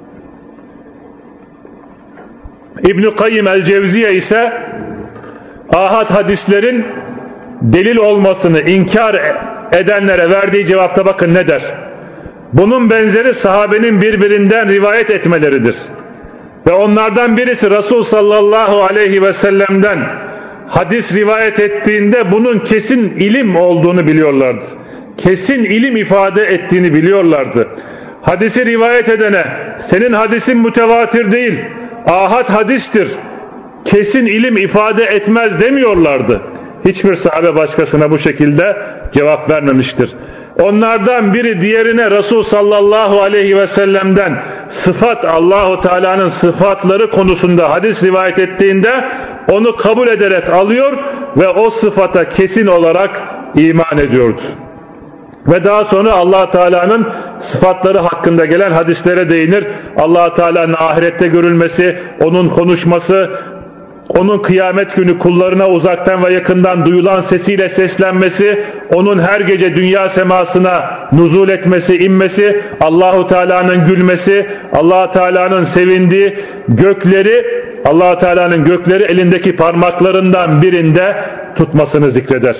İbn-i Kayyim el-Cevziye ise ahad hadislerin delil olmasını inkar edenlere verdiği cevapta bakın ne der? Bunun benzeri sahabenin birbirinden rivayet etmeleridir. Ve onlardan birisi Resul sallallahu aleyhi ve sellem'den hadis rivayet ettiğinde bunun kesin ilim olduğunu biliyorlardı. Kesin ilim ifade ettiğini biliyorlardı. Hadisi rivayet edene senin hadisin mütevatir değil, ahad hadistir, kesin ilim ifade etmez demiyorlardı. Hiçbir sahabe başkasına bu şekilde cevap vermemiştir. Onlardan biri diğerine Resul sallallahu aleyhi ve sellem'den sıfat, Allahu Teala'nın sıfatları konusunda hadis rivayet ettiğinde onu kabul ederek alıyor ve o sıfata kesin olarak iman ediyordu. Ve daha sonra Allah Teala'nın sıfatları hakkında gelen hadislere değinir. Allah Teala'nın ahirette görülmesi, onun konuşması, onun kıyamet günü kullarına uzaktan ve yakından duyulan sesiyle seslenmesi, onun her gece dünya semasına nuzul etmesi, inmesi, Allahu Teala'nın gülmesi, Allah Teala'nın sevindiği, Allah Teala'nın gökleri elindeki parmaklarından birinde tutmasını zikreder.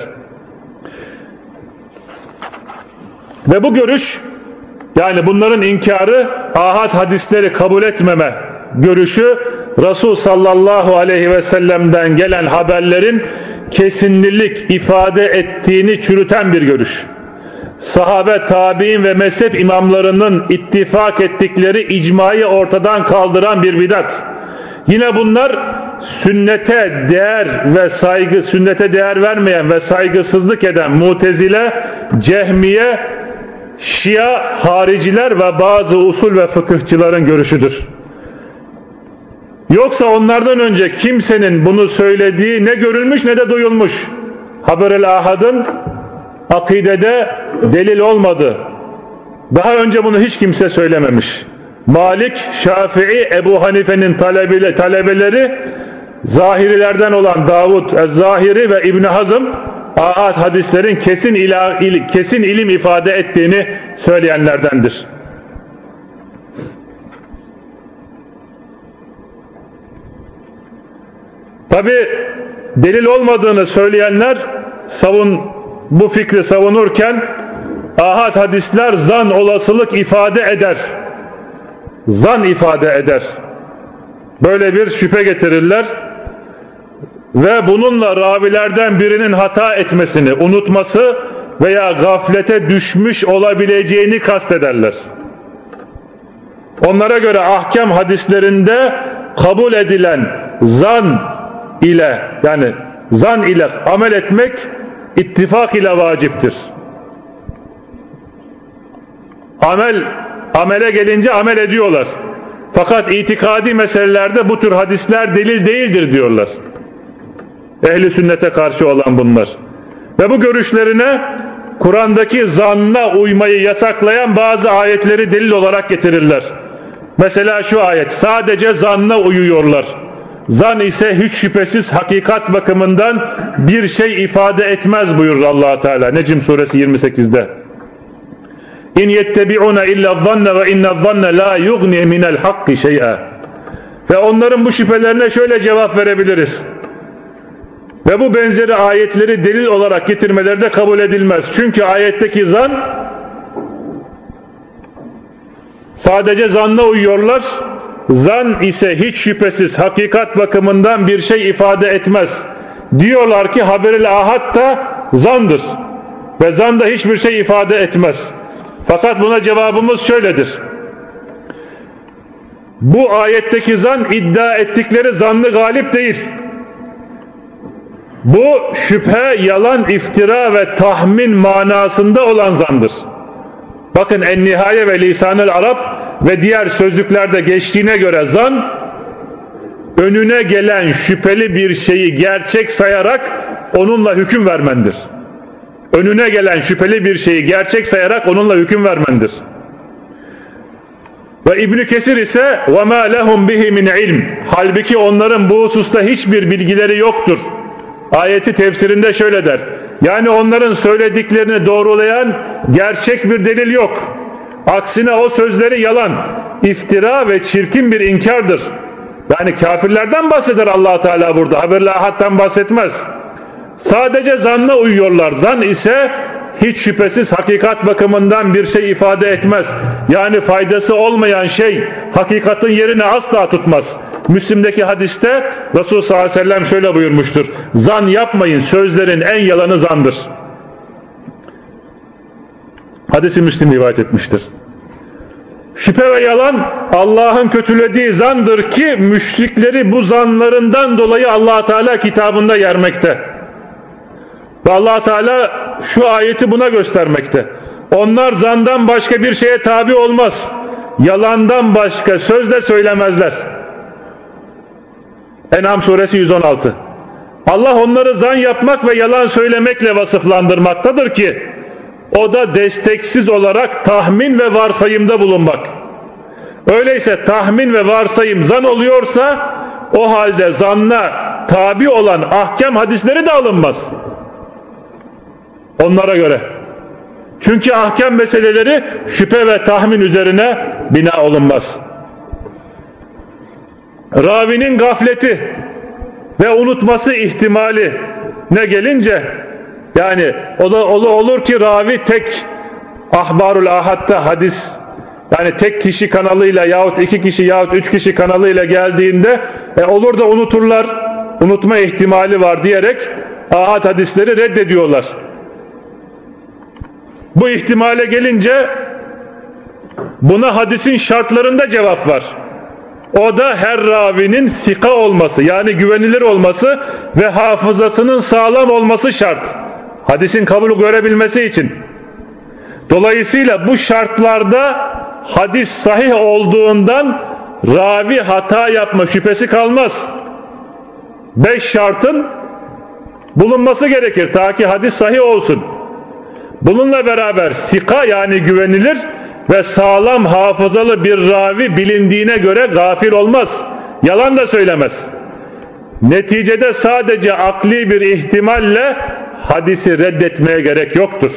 Ve bu görüş, yani bunların inkarı, ahad hadisleri kabul etmeme görüşü, Resul sallallahu aleyhi ve sellem'den gelen haberlerin kesinlilik ifade ettiğini çürüten bir görüş. Sahabe, tabi'in ve mezhep imamlarının ittifak ettikleri icmayı ortadan kaldıran bir bidat. Yine bunlar sünnete değer vermeyen ve saygısızlık eden Mutezile, Cehmiye, Şia, hariciler ve bazı usul ve fıkıhçıların görüşüdür. Yoksa onlardan önce kimsenin bunu söylediği ne görülmüş ne de duyulmuş. Haber-el ahadın akidede delil olmadı. Daha önce bunu hiç kimse söylememiş. Malik, Şafii, Ebu Hanife'nin talebeleri Zahirilerden olan Davud Ez-Zahiri ve İbn Hazm ahad hadislerin kesin ilim ifade ettiğini söyleyenlerdendir. Tabi delil olmadığını söyleyenler bu fikri savunurken ahad hadisler zan olasılık ifade eder. Zan ifade eder. Böyle bir şüphe getirirler ve bununla ravilerden birinin hata etmesini, unutması veya gaflete düşmüş olabileceğini kastederler. Onlara göre ahkam hadislerinde kabul edilen zan ile amel etmek ittifak ile vaciptir. Amele gelince amel ediyorlar. Fakat itikadi meselelerde bu tür hadisler delil değildir diyorlar. Ehli sünnete karşı olan bunlar. Ve bu görüşlerine Kur'an'daki zanna uymayı yasaklayan bazı ayetleri delil olarak getirirler. Mesela şu ayet: sadece zanna uyuyorlar. Zan ise hiç şüphesiz hakikat bakımından bir şey ifade etmez buyurur Allah Teala Necm suresi 28'de. İn yettebi'una illa zanne ve inne zanne la yughni minel hakki şey'a. Ve onların bu şüphelerine şöyle cevap verebiliriz. Ve bu benzeri ayetleri delil olarak getirmeleri de kabul edilmez. Çünkü ayetteki zan, sadece zanna uyuyorlar. Zan ise hiç şüphesiz hakikat bakımından bir şey ifade etmez. Diyorlar ki haber-el ahad da zandır. Ve zan da hiçbir şey ifade etmez. Fakat buna cevabımız şöyledir. Bu ayetteki zan iddia ettikleri zannı galip değil. Bu şüphe, yalan, iftira ve tahmin manasında olan zandır. Bakın En-Nihaye ve Lisan-ül Arap ve diğer sözlüklerde geçtiğine göre zan, önüne gelen şüpheli bir şeyi gerçek sayarak onunla hüküm vermendir. Önüne gelen şüpheli bir şeyi gerçek sayarak onunla hüküm vermendir. Ve İbn Kesir ise وَمَا لَهُمْ بِهِ مِنْ عِلْمٍ. Halbuki onların bu hususta hiçbir bilgileri yoktur. Ayeti tefsirinde şöyle der: yani onların söylediklerini doğrulayan gerçek bir delil yok. Aksine o sözleri yalan, iftira ve çirkin bir inkardır. Yani kafirlerden bahseder Allah Teala burada. Haber-i ahaddan bahsetmez. Sadece zanna uyuyorlar. Zan ise hiç şüphesiz hakikat bakımından bir şey ifade etmez. Yani faydası olmayan şey hakikatin yerini asla tutmaz. Müslim'deki hadiste Resul sallallahu aleyhi ve sellem şöyle buyurmuştur: zan yapmayın, sözlerin en yalanı zandır. Hadisi Müslim rivayet etmiştir. Şüphe ve yalan Allah'ın kötülediği zandır ki müşrikleri bu zanlarından dolayı Allah Teala kitabında yermekte. Ve Allah Teala şu ayeti buna göstermekte. Onlar zandan başka bir şeye tabi olmaz. Yalandan başka söz de söylemezler. En'am suresi 116. Allah onları zan yapmak ve yalan söylemekle vasıflandırmaktadır ki o da desteksiz olarak tahmin ve varsayımda bulunmak. Öyleyse tahmin ve varsayım zan oluyorsa o halde zanna tabi olan ahkam hadisleri de alınmaz onlara göre. Çünkü ahkam meseleleri şüphe ve tahmin üzerine bina olunmaz. Ravinin gafleti ve unutması ihtimali ne gelince, yani o da olur ki ravi tek ahbarul ahad'ta hadis, yani tek kişi kanalıyla yahut iki kişi yahut üç kişi kanalıyla geldiğinde olur da unuturlar, unutma ihtimali var diyerek ahad hadisleri reddediyorlar. Bu ihtimale gelince buna hadisin şartlarında cevap var. O da her ravinin sika olması, yani güvenilir olması ve hafızasının sağlam olması şart. Hadisin kabul görebilmesi için. Dolayısıyla bu şartlarda hadis sahih olduğundan ravi hata yapma şüphesi kalmaz. 5 şartın bulunması gerekir ta ki hadis sahih olsun. Bununla beraber sika, yani güvenilir ve sağlam hafızalı bir ravi bilindiğine göre gafil olmaz. Yalan da söylemez. Neticede sadece akli bir ihtimalle hadisi reddetmeye gerek yoktur.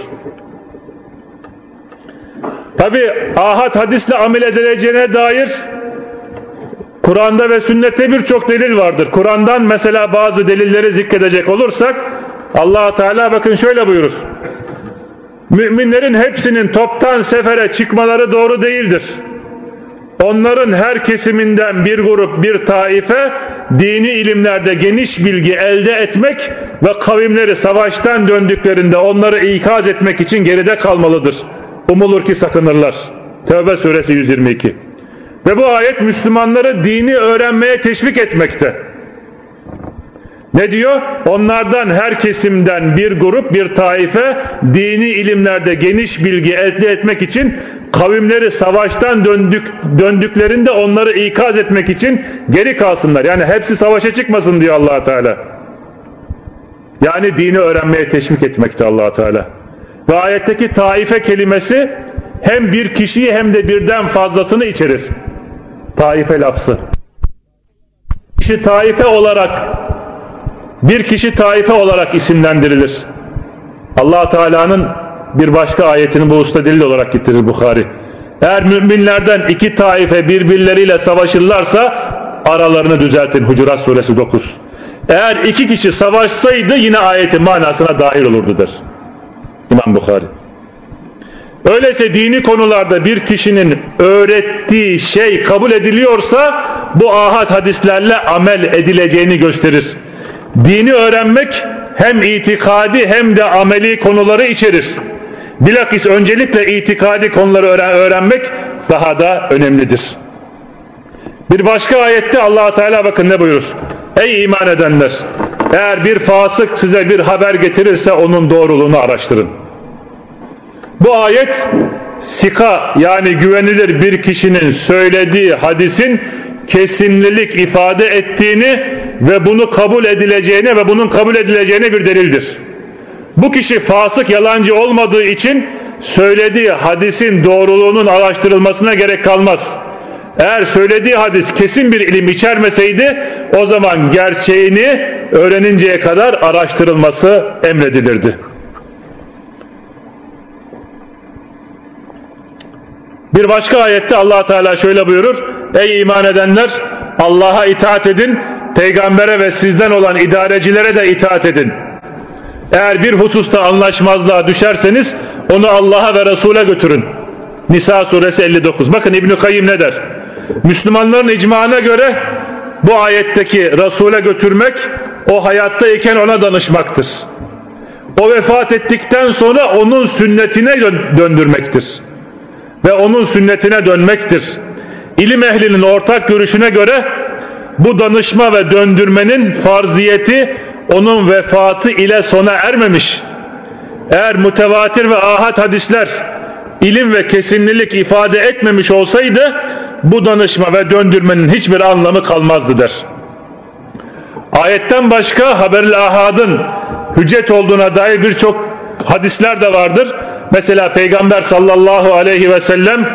Tabi ahad hadisle amel edileceğine dair Kur'an'da ve sünnette birçok delil vardır. Kur'an'dan mesela bazı delilleri zikredecek olursak Allah Teala bakın şöyle buyurur: müminlerin hepsinin toptan sefere çıkmaları doğru değildir. Onların her kesiminden bir grup, bir taife dini ilimlerde geniş bilgi elde etmek ve kavimleri savaştan döndüklerinde onları ikaz etmek için geride kalmalıdır. Umulur ki sakınırlar. Tevbe suresi 122. Ve bu ayet Müslümanları dini öğrenmeye teşvik etmekte. Ne diyor? Onlardan her kesimden bir grup, bir taife dini ilimlerde geniş bilgi elde etmek için kavimleri savaştan döndüklerinde onları ikaz etmek için geri kalsınlar. Yani hepsi savaşa çıkmasın diyor Allah Teala. Yani dini öğrenmeye teşvik etmekte Allah Teala. Ve ayetteki taife kelimesi hem bir kişiyi hem de birden fazlasını içerir. Taife lafzı. Bir kişi taife olarak isimlendirilir. Allah Teala'nın bir başka ayetini bu usta delil olarak getirir Bukhari. Eğer müminlerden iki taife birbirleriyle savaşırlarsa aralarını düzeltin. Hucurat suresi 9. Eğer iki kişi savaşsaydı yine ayetin manasına dahil olurdu der İmam Bukhari. Öyleyse dini konularda bir kişinin öğrettiği şey kabul ediliyorsa bu ahad hadislerle amel edileceğini gösterir. Dini öğrenmek hem itikadi hem de ameli konuları içerir. Bilakis öncelikle itikadi konuları öğrenmek daha da önemlidir. Bir başka ayette Allah Teala bakın ne buyurur: ey iman edenler, eğer bir fasık size bir haber getirirse onun doğruluğunu araştırın. Bu ayet sika, yani güvenilir bir kişinin söylediği hadisin kesinlilik ifade ettiğini ve bunu kabul edileceğine ve bunun kabul edileceğine bir delildir. Bu kişi fasık, yalancı olmadığı için söylediği hadisin doğruluğunun araştırılmasına gerek kalmaz. Eğer söylediği hadis kesin bir ilim içermeseydi o zaman gerçeğini öğreninceye kadar araştırılması emredilirdi. Bir başka ayette Allah Teala şöyle buyurur: ey iman edenler, Allah'a itaat edin, peygambere ve sizden olan idarecilere de itaat edin. Eğer bir hususta anlaşmazlığa düşerseniz onu Allah'a ve Resul'e götürün. Nisa suresi 59. Bakın İbn-i Kayyim ne der? Müslümanların icmana göre bu ayetteki Resul'e götürmek o hayattayken ona danışmaktır. O vefat ettikten sonra onun sünnetine döndürmektir. Ve onun sünnetine dönmektir. İlim ehlinin ortak görüşüne göre bu danışma ve döndürmenin farziyeti onun vefatı ile sona ermemiş. Eğer mütevatir ve ahad hadisler ilim ve kesinlilik ifade etmemiş olsaydı bu danışma ve döndürmenin hiçbir anlamı kalmazdı der. Ayetten başka haber-i ahadın hüccet olduğuna dair birçok hadisler de vardır. Mesela Peygamber sallallahu aleyhi ve sellem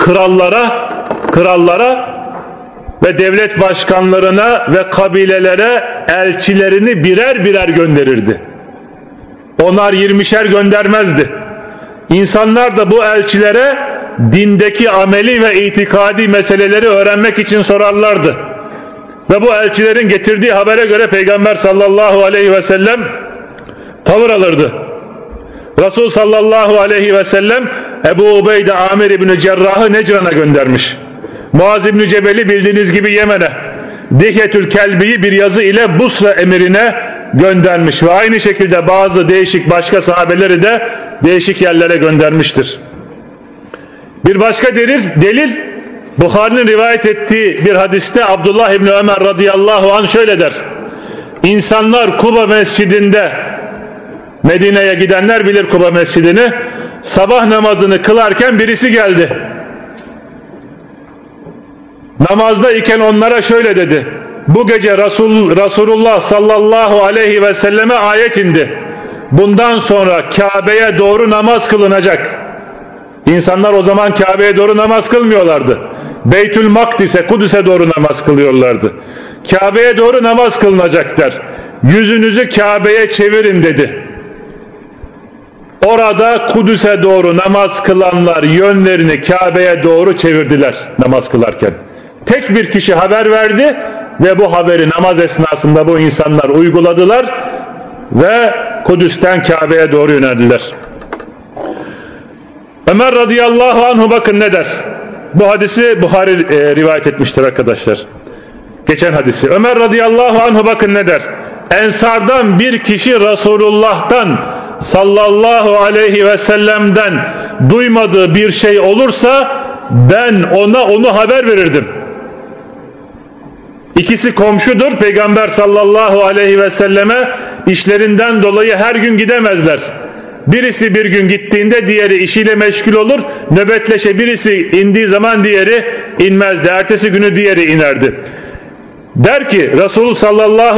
krallara ve devlet başkanlarına ve kabilelere elçilerini birer birer gönderirdi. Onar 20'şer göndermezdi. İnsanlar da bu elçilere dindeki ameli ve itikadi meseleleri öğrenmek için sorarlardı. Ve bu elçilerin getirdiği habere göre Peygamber sallallahu aleyhi ve sellem tavır alırdı. Resul sallallahu aleyhi ve sellem Ebu Ubeyde Amir İbni Cerrah'ı Necran'a göndermiş. Muaz İbni Cebel'i bildiğiniz gibi Yemen'e, Dihyetül Kelbi'yi bir yazı ile Busra emirine göndermiş ve aynı şekilde bazı değişik başka sahabeleri de değişik yerlere göndermiştir. Bir başka delil Bukhari'nin rivayet ettiği bir hadiste Abdullah İbni Ömer radıyallahu anh şöyle der: İnsanlar Kuba mescidinde, Medine'ye gidenler bilir Kuba mescidini, sabah namazını kılarken birisi geldi. Namazda iken onlara şöyle dedi: bu gece Resulullah sallallahu aleyhi ve selleme ayet indi. Bundan sonra Kabe'ye doğru namaz kılınacak. İnsanlar o zaman Kabe'ye doğru namaz kılmıyorlardı. Beytül Makdis'e, Kudüs'e doğru namaz kılıyorlardı. Kabe'ye doğru namaz kılınacak der. Yüzünüzü Kabe'ye çevirin dedi. Orada Kudüs'e doğru namaz kılanlar yönlerini Kabe'ye doğru çevirdiler namaz kılarken. Tek bir kişi haber verdi ve bu haberi namaz esnasında bu insanlar uyguladılar ve Kudüs'ten Kabe'ye doğru yöneldiler. Ömer radıyallahu anhu bakın ne der? Bu hadisi Buhari rivayet etmiştir arkadaşlar. Geçen hadisi. Ömer radıyallahu anhu bakın ne der? Ensardan bir kişi Resulullah'tan sallallahu aleyhi ve sellem'den duymadığı bir şey olursa ben onu haber verirdim. İkisi komşudur. Peygamber sallallahu aleyhi ve selleme işlerinden dolayı her gün gidemezler. Birisi bir gün gittiğinde diğeri işiyle meşgul olur. Nöbetleşe birisi indiği zaman diğeri inmezdi. Ertesi günü diğeri inerdi. Der ki Resul sallallahu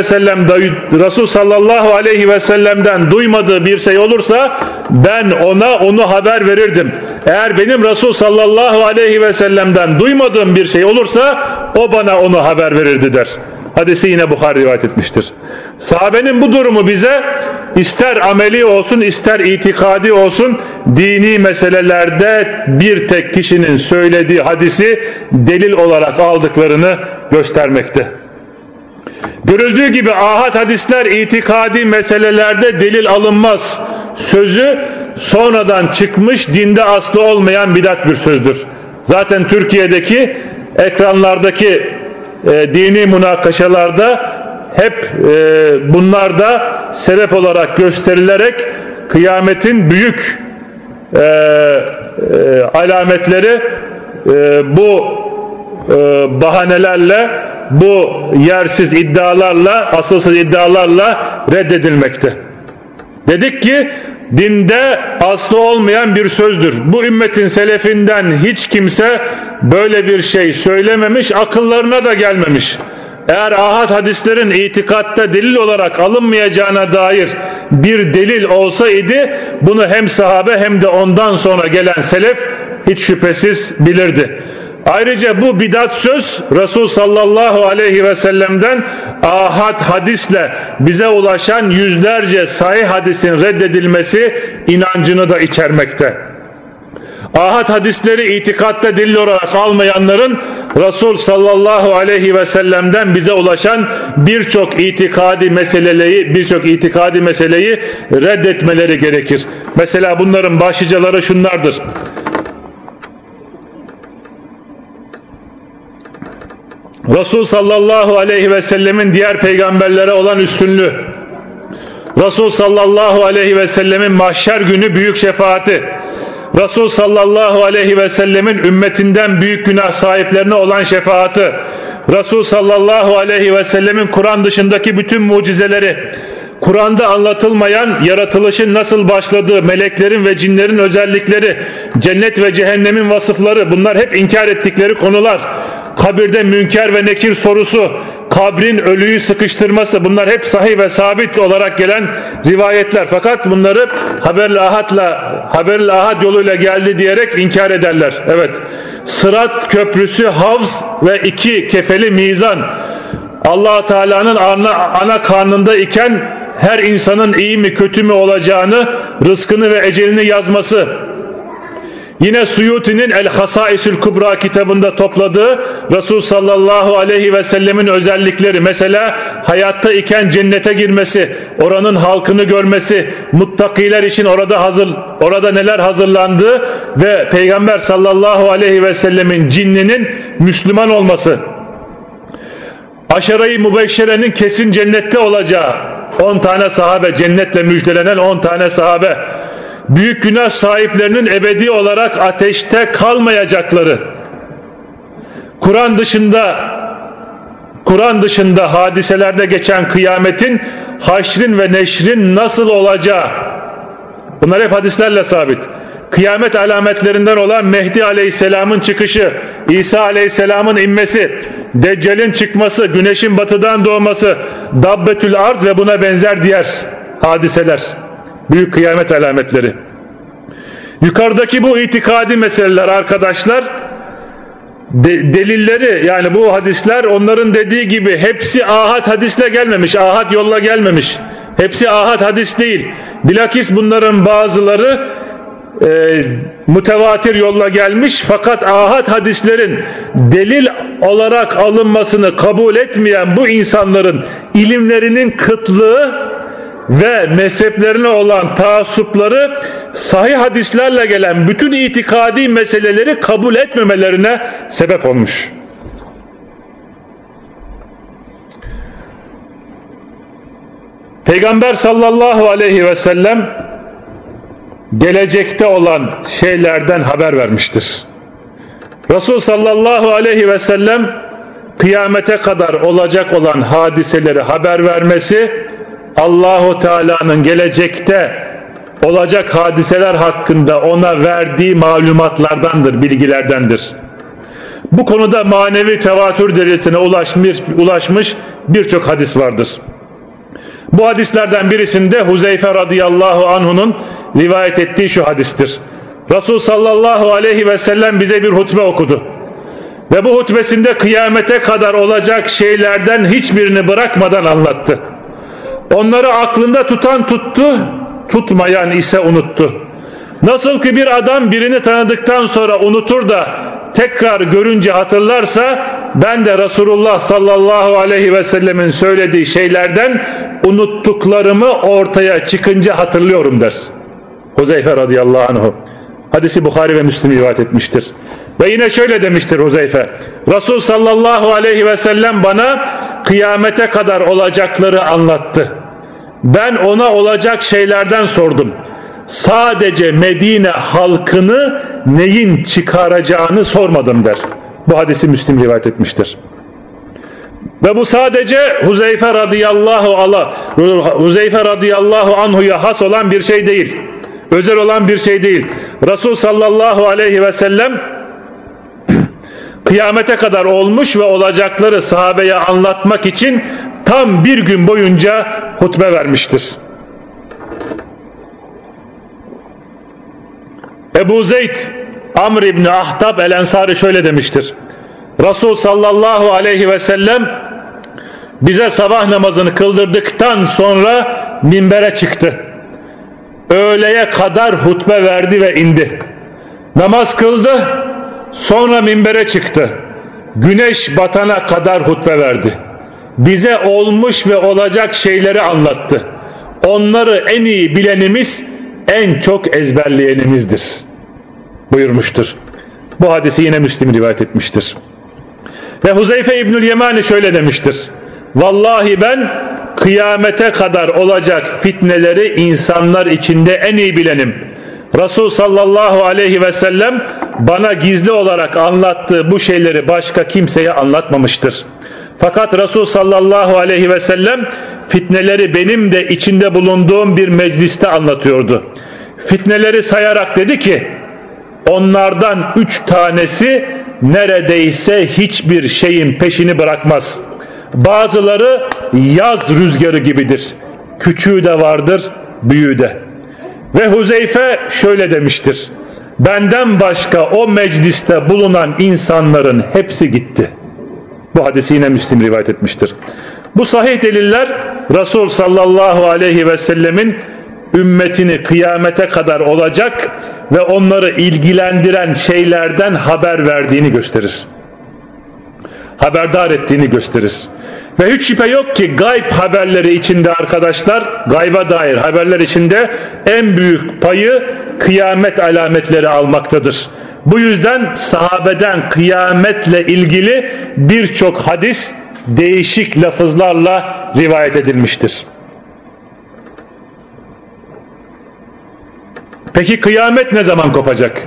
aleyhi ve sellem'den duymadığı bir şey olursa ben onu haber verirdim. Eğer benim Resul sallallahu aleyhi ve sellem'den duymadığım bir şey olursa o bana onu haber verirdi der. Hadisi yine Bukhari rivayet etmiştir. Sahabenin bu durumu bize ister ameli olsun ister itikadi olsun dini meselelerde bir tek kişinin söylediği hadisi delil olarak aldıklarını göstermekte. Görüldüğü gibi ahad hadisler itikadi meselelerde delil alınmaz sözü sonradan çıkmış, dinde aslı olmayan bidat bir sözdür. Zaten Türkiye'deki ekranlardaki dini münakaşalarda hep bunlar da sebep olarak gösterilerek kıyametin büyük alametleri bu bahanelerle, bu yersiz iddialarla, asılsız iddialarla reddedilmekte. Dedik ki dinde aslı olmayan bir sözdür. Bu ümmetin selefinden hiç kimse böyle bir şey söylememiş, akıllarına da gelmemiş. Eğer ahad hadislerin itikatta delil olarak alınmayacağına dair bir delil olsaydı bunu hem sahabe hem de ondan sonra gelen selef hiç şüphesiz bilirdi. Ayrıca bu bidat söz Resul sallallahu aleyhi ve sellem'den ahad hadisle bize ulaşan yüzlerce sahih hadisin reddedilmesi inancını da içermekte. Ahad hadisleri itikatta delil olarak almayanların Resul sallallahu aleyhi ve sellem'den bize ulaşan birçok itikadi meseleyi reddetmeleri gerekir. Mesela bunların başlıcaları şunlardır. Resul sallallahu aleyhi ve sellemin diğer peygamberlere olan üstünlüğü, Resul sallallahu aleyhi ve sellemin mahşer günü büyük şefaati, Resul sallallahu aleyhi ve sellemin ümmetinden büyük günah sahiplerine olan şefaati, Resul sallallahu aleyhi ve sellemin Kur'an dışındaki bütün mucizeleri, Kur'an'da anlatılmayan yaratılışın nasıl başladığı, meleklerin ve cinlerin özellikleri, cennet ve cehennemin vasıfları, bunlar hep inkar ettikleri konular. Kabirde münker ve nekir sorusu, kabrin ölüyü sıkıştırması, bunlar hep sahih ve sabit olarak gelen rivayetler. Fakat bunları haber-i ahad yoluyla geldi diyerek inkar ederler. Evet, Sırat köprüsü, havz ve 2 kefeli mizan, Allah Teala'nın ana karnında iken her insanın iyi mi kötü mü olacağını, rızkını ve ecelini yazması. Yine Suyuti'nin El-Hasaisül Kubra kitabında topladığı Resul sallallahu aleyhi ve sellemin özellikleri, mesela hayatta iken cennete girmesi, oranın halkını görmesi, muttakiler için orada neler hazırlandığı ve Peygamber sallallahu aleyhi ve sellemin cinninin Müslüman olması. Aşere-i Mübeşşere'nin kesin cennette olacağı, 10 tane sahabe, cennetle müjdelenen 10 tane sahabe. Büyük günah sahiplerinin ebedi olarak ateşte kalmayacakları. Kur'an dışında hadiselerde geçen kıyametin, haşrin ve neşrin nasıl olacağı. Bunlar hep hadislerle sabit. Kıyamet alametlerinden olan Mehdi Aleyhisselam'ın çıkışı, İsa Aleyhisselam'ın inmesi, Deccal'in çıkması, güneşin batıdan doğması, Dabbetül Arz ve buna benzer diğer hadiseler. Büyük kıyamet alametleri. Yukarıdaki bu itikadi meseleler arkadaşlar, delilleri, yani bu hadisler onların dediği gibi hepsi ahad hadisle gelmemiş, ahad yolla gelmemiş. Hepsi ahad hadis değil. Bilakis bunların bazıları mütevatir yolla gelmiş, fakat ahad hadislerin delil olarak alınmasını kabul etmeyen bu insanların ilimlerinin kıtlığı ve mezheplerine olan taassupları sahih hadislerle gelen bütün itikadi meseleleri kabul etmemelerine sebep olmuş. Peygamber sallallahu aleyhi ve sellem gelecekte olan şeylerden haber vermiştir. Resul sallallahu aleyhi ve sellem kıyamete kadar olacak olan hadiseleri haber vermesi, Allahu Teala'nın gelecekte olacak hadiseler hakkında ona verdiği malumatlardandır, bilgilerdendir. Bu konuda manevi tevatür derecesine ulaşmış birçok hadis vardır. Bu hadislerden birisinde Huzeyfe radıyallahu anhu'nun rivayet ettiği şu hadistir. Resul sallallahu aleyhi ve sellem bize bir hutbe okudu. Ve bu hutbesinde kıyamete kadar olacak şeylerden hiçbirini bırakmadan anlattı. Onları aklında tutan tuttu, tutmayan ise unuttu. Nasıl ki bir adam birini tanıdıktan sonra unutur da tekrar görünce hatırlarsa, ben de Resulullah sallallahu aleyhi ve sellemin söylediği şeylerden unuttuklarımı ortaya çıkınca hatırlıyorum der. Huzeyfe radıyallahu anh. Hadisi Bukhari ve Müslim rivayet etmiştir. Ve yine şöyle demiştir Huzeyfe. Resul sallallahu aleyhi ve sellem bana kıyamete kadar olacakları anlattı. Ben ona olacak şeylerden sordum. Sadece Medine halkını neyin çıkaracağını sormadım der. Bu hadisi Müslim rivayet etmiştir. Ve bu sadece Huzeyfe radıyallahu anhu'ya has olan bir şey değil. Özel olan bir şey değil. Resul sallallahu aleyhi ve sellem kıyamete kadar olmuş ve olacakları sahabeye anlatmak için tam bir gün boyunca hutbe vermiştir. Ebu Zeyd Amr İbni Ahtab el-Ensari şöyle demiştir. Resul sallallahu aleyhi ve sellem bize sabah namazını kıldırdıktan sonra minbere çıktı. Öğleye kadar hutbe verdi ve indi. Namaz kıldı, sonra minbere çıktı. Güneş batana kadar hutbe verdi. Bize olmuş ve olacak şeyleri anlattı. Onları en iyi bilenimiz, en çok ezberleyenimizdir buyurmuştur. Bu hadisi yine Müslim rivayet etmiştir. Ve Huzeyfe İbnül Yemani şöyle demiştir. Vallahi ben kıyamete kadar olacak fitneleri insanlar içinde en iyi bilenim. Resul sallallahu aleyhi ve sellem bana gizli olarak anlattığı bu şeyleri başka kimseye anlatmamıştır. Fakat Resul sallallahu aleyhi ve sellem fitneleri benim de içinde bulunduğum bir mecliste anlatıyordu. Fitneleri sayarak dedi ki, onlardan 3 tanesi neredeyse hiçbir şeyin peşini bırakmaz. Bazıları yaz rüzgarı gibidir. Küçüğü de vardır, büyüğü de. Ve Huzeyfe şöyle demiştir: benden başka o mecliste bulunan insanların hepsi gitti. Bu hadisi yine Müslim rivayet etmiştir. Bu sahih deliller Resul sallallahu aleyhi ve sellemin ümmetini kıyamete kadar olacak ve onları ilgilendiren şeylerden haber verdiğini gösterir. Haberdar ettiğini gösterir. Ve hiç şüphe yok ki gayb haberleri içinde arkadaşlar, gayba dair haberler içinde en büyük payı kıyamet alametleri almaktadır. Bu yüzden sahabeden kıyametle ilgili birçok hadis değişik lafızlarla rivayet edilmiştir. Peki kıyamet ne zaman kopacak?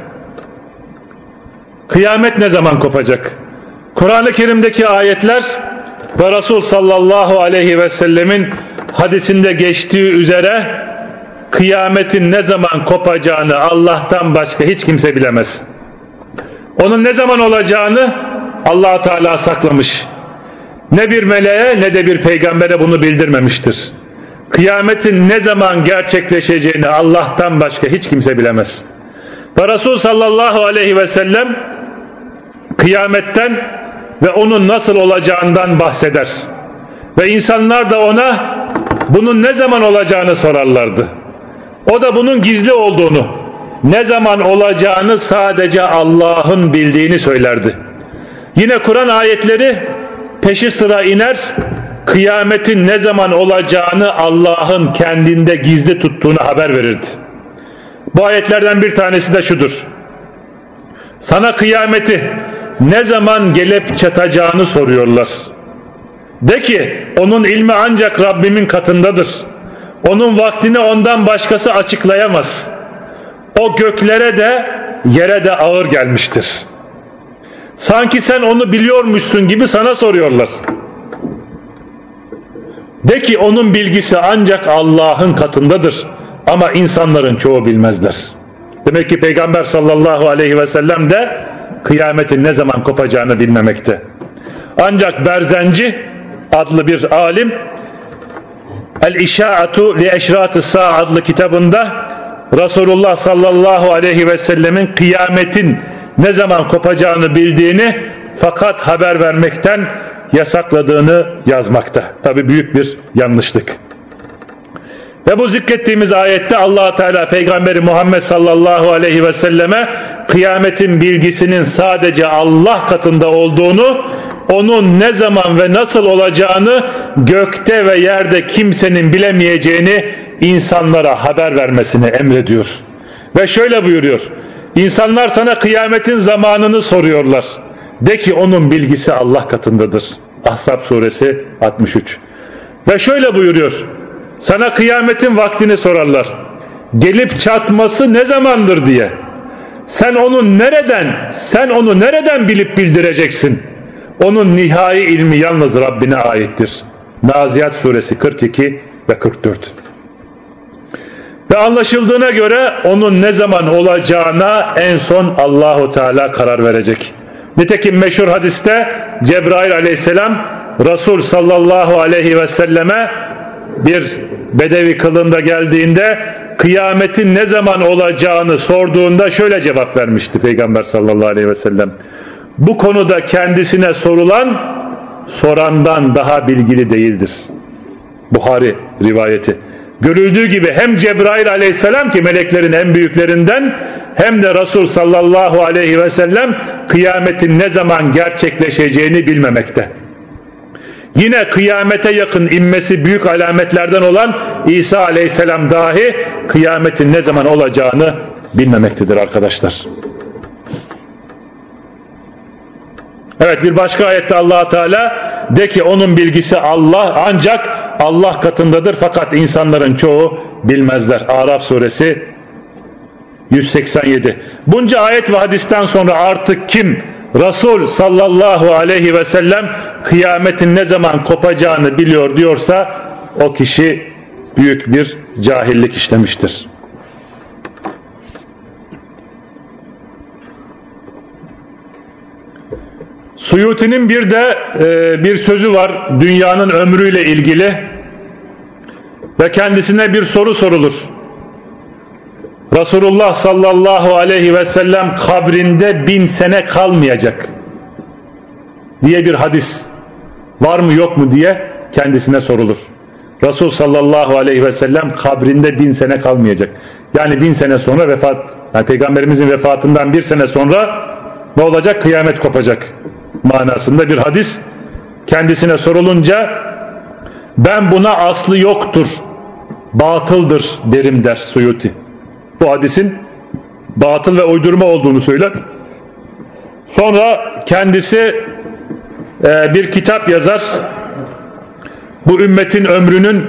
Kıyamet ne zaman kopacak? Kur'an-ı Kerim'deki ayetler ve Resul sallallahu aleyhi ve sellemin hadisinde geçtiği üzere kıyametin ne zaman kopacağını Allah'tan başka hiç kimse bilemez. Onun ne zaman olacağını Allah Teala saklamış. Ne bir meleğe ne de bir peygambere bunu bildirmemiştir. Kıyametin ne zaman gerçekleşeceğini Allah'tan başka hiç kimse bilemez. Ve Resul sallallahu aleyhi ve sellem kıyametten ve onun nasıl olacağından bahseder. Ve insanlar da ona bunun ne zaman olacağını sorarlardı. O da bunun gizli olduğunu, ne zaman olacağını sadece Allah'ın bildiğini söylerdi. Yine Kur'an ayetleri peşi sıra iner, kıyametin ne zaman olacağını Allah'ın kendinde gizli tuttuğunu haber verirdi. Bu ayetlerden bir tanesi de şudur: sana kıyameti ne zaman gelip çatacağını soruyorlar. De ki, onun ilmi ancak Rabbimin katındadır. Onun vaktini ondan başkası açıklayamaz. O göklere de yere de ağır gelmiştir. Sanki sen onu biliyormuşsun gibi sana soruyorlar. De ki, onun bilgisi ancak Allah'ın katındadır. Ama insanların çoğu bilmezler. Demek ki Peygamber sallallahu aleyhi ve sellem de kıyametin ne zaman kopacağını bilmemekte. Ancak Berzenci adlı bir alim El-İşa'atu li Eşrat-ı Sa'a adlı kitabında Resulullah sallallahu aleyhi ve sellemin kıyametin ne zaman kopacağını bildiğini fakat haber vermekten yasakladığını yazmakta. Tabi büyük bir yanlışlık. Ve bu zikrettiğimiz ayette Allah Teala Peygamberi Muhammed sallallahu aleyhi ve selleme kıyametin bilgisinin sadece Allah katında olduğunu, onun ne zaman ve nasıl olacağını gökte ve yerde kimsenin bilemeyeceğini insanlara haber vermesini emrediyor. Ve şöyle buyuruyor: İnsanlar sana kıyametin zamanını soruyorlar. De ki, onun bilgisi Allah katındadır. Ahzab suresi 63. Ve şöyle buyuruyor: sana kıyametin vaktini sorarlar. Gelip çatması ne zamandır diye. Sen onu nereden bilip bildireceksin? Onun nihai ilmi yalnız Rabbine aittir. Naziyat suresi 42 ve 44. Ve anlaşıldığına göre onun ne zaman olacağına en son Allahu Teala karar verecek. Nitekim meşhur hadiste Cebrail aleyhisselam Resul sallallahu aleyhi ve selleme bir bedevi kılığında geldiğinde kıyametin ne zaman olacağını sorduğunda şöyle cevap vermişti Peygamber sallallahu aleyhi ve sellem: bu konuda kendisine sorulan sorandan daha bilgili değildir. Buhari rivayeti. Görüldüğü gibi hem Cebrail aleyhisselam ki meleklerin en büyüklerinden, hem de Resul sallallahu aleyhi ve sellem kıyametin ne zaman gerçekleşeceğini bilmemekte. Yine kıyamete yakın inmesi büyük alametlerden olan İsa aleyhisselam dahi kıyametin ne zaman olacağını bilmemektedir arkadaşlar. Evet, bir başka ayette Allah Teala de ki, onun bilgisi ancak Allah katındadır fakat insanların çoğu bilmezler. Araf suresi 187. Bunca ayet ve hadisten sonra artık kim Resul sallallahu aleyhi ve sellem kıyametin ne zaman kopacağını biliyor diyorsa o kişi büyük bir cahillik işlemiştir. Suyuti'nin bir de bir sözü var dünyanın ömrüyle ilgili ve kendisine bir soru sorulur. Resulullah sallallahu aleyhi ve sellem kabrinde 1000 sene kalmayacak diye bir hadis var mı yok mu diye kendisine sorulur. Resul sallallahu aleyhi ve sellem kabrinde 1000 sene kalmayacak. Yani 1000 sene sonra yani Peygamberimizin vefatından 1 sene sonra ne olacak? Kıyamet kopacak manasında bir hadis kendisine sorulunca ben buna aslı yoktur, batıldır derim der Suyuti. Bu hadisin batıl ve uydurma olduğunu söyler. Sonra kendisi bir kitap yazar. Bu ümmetin ömrünün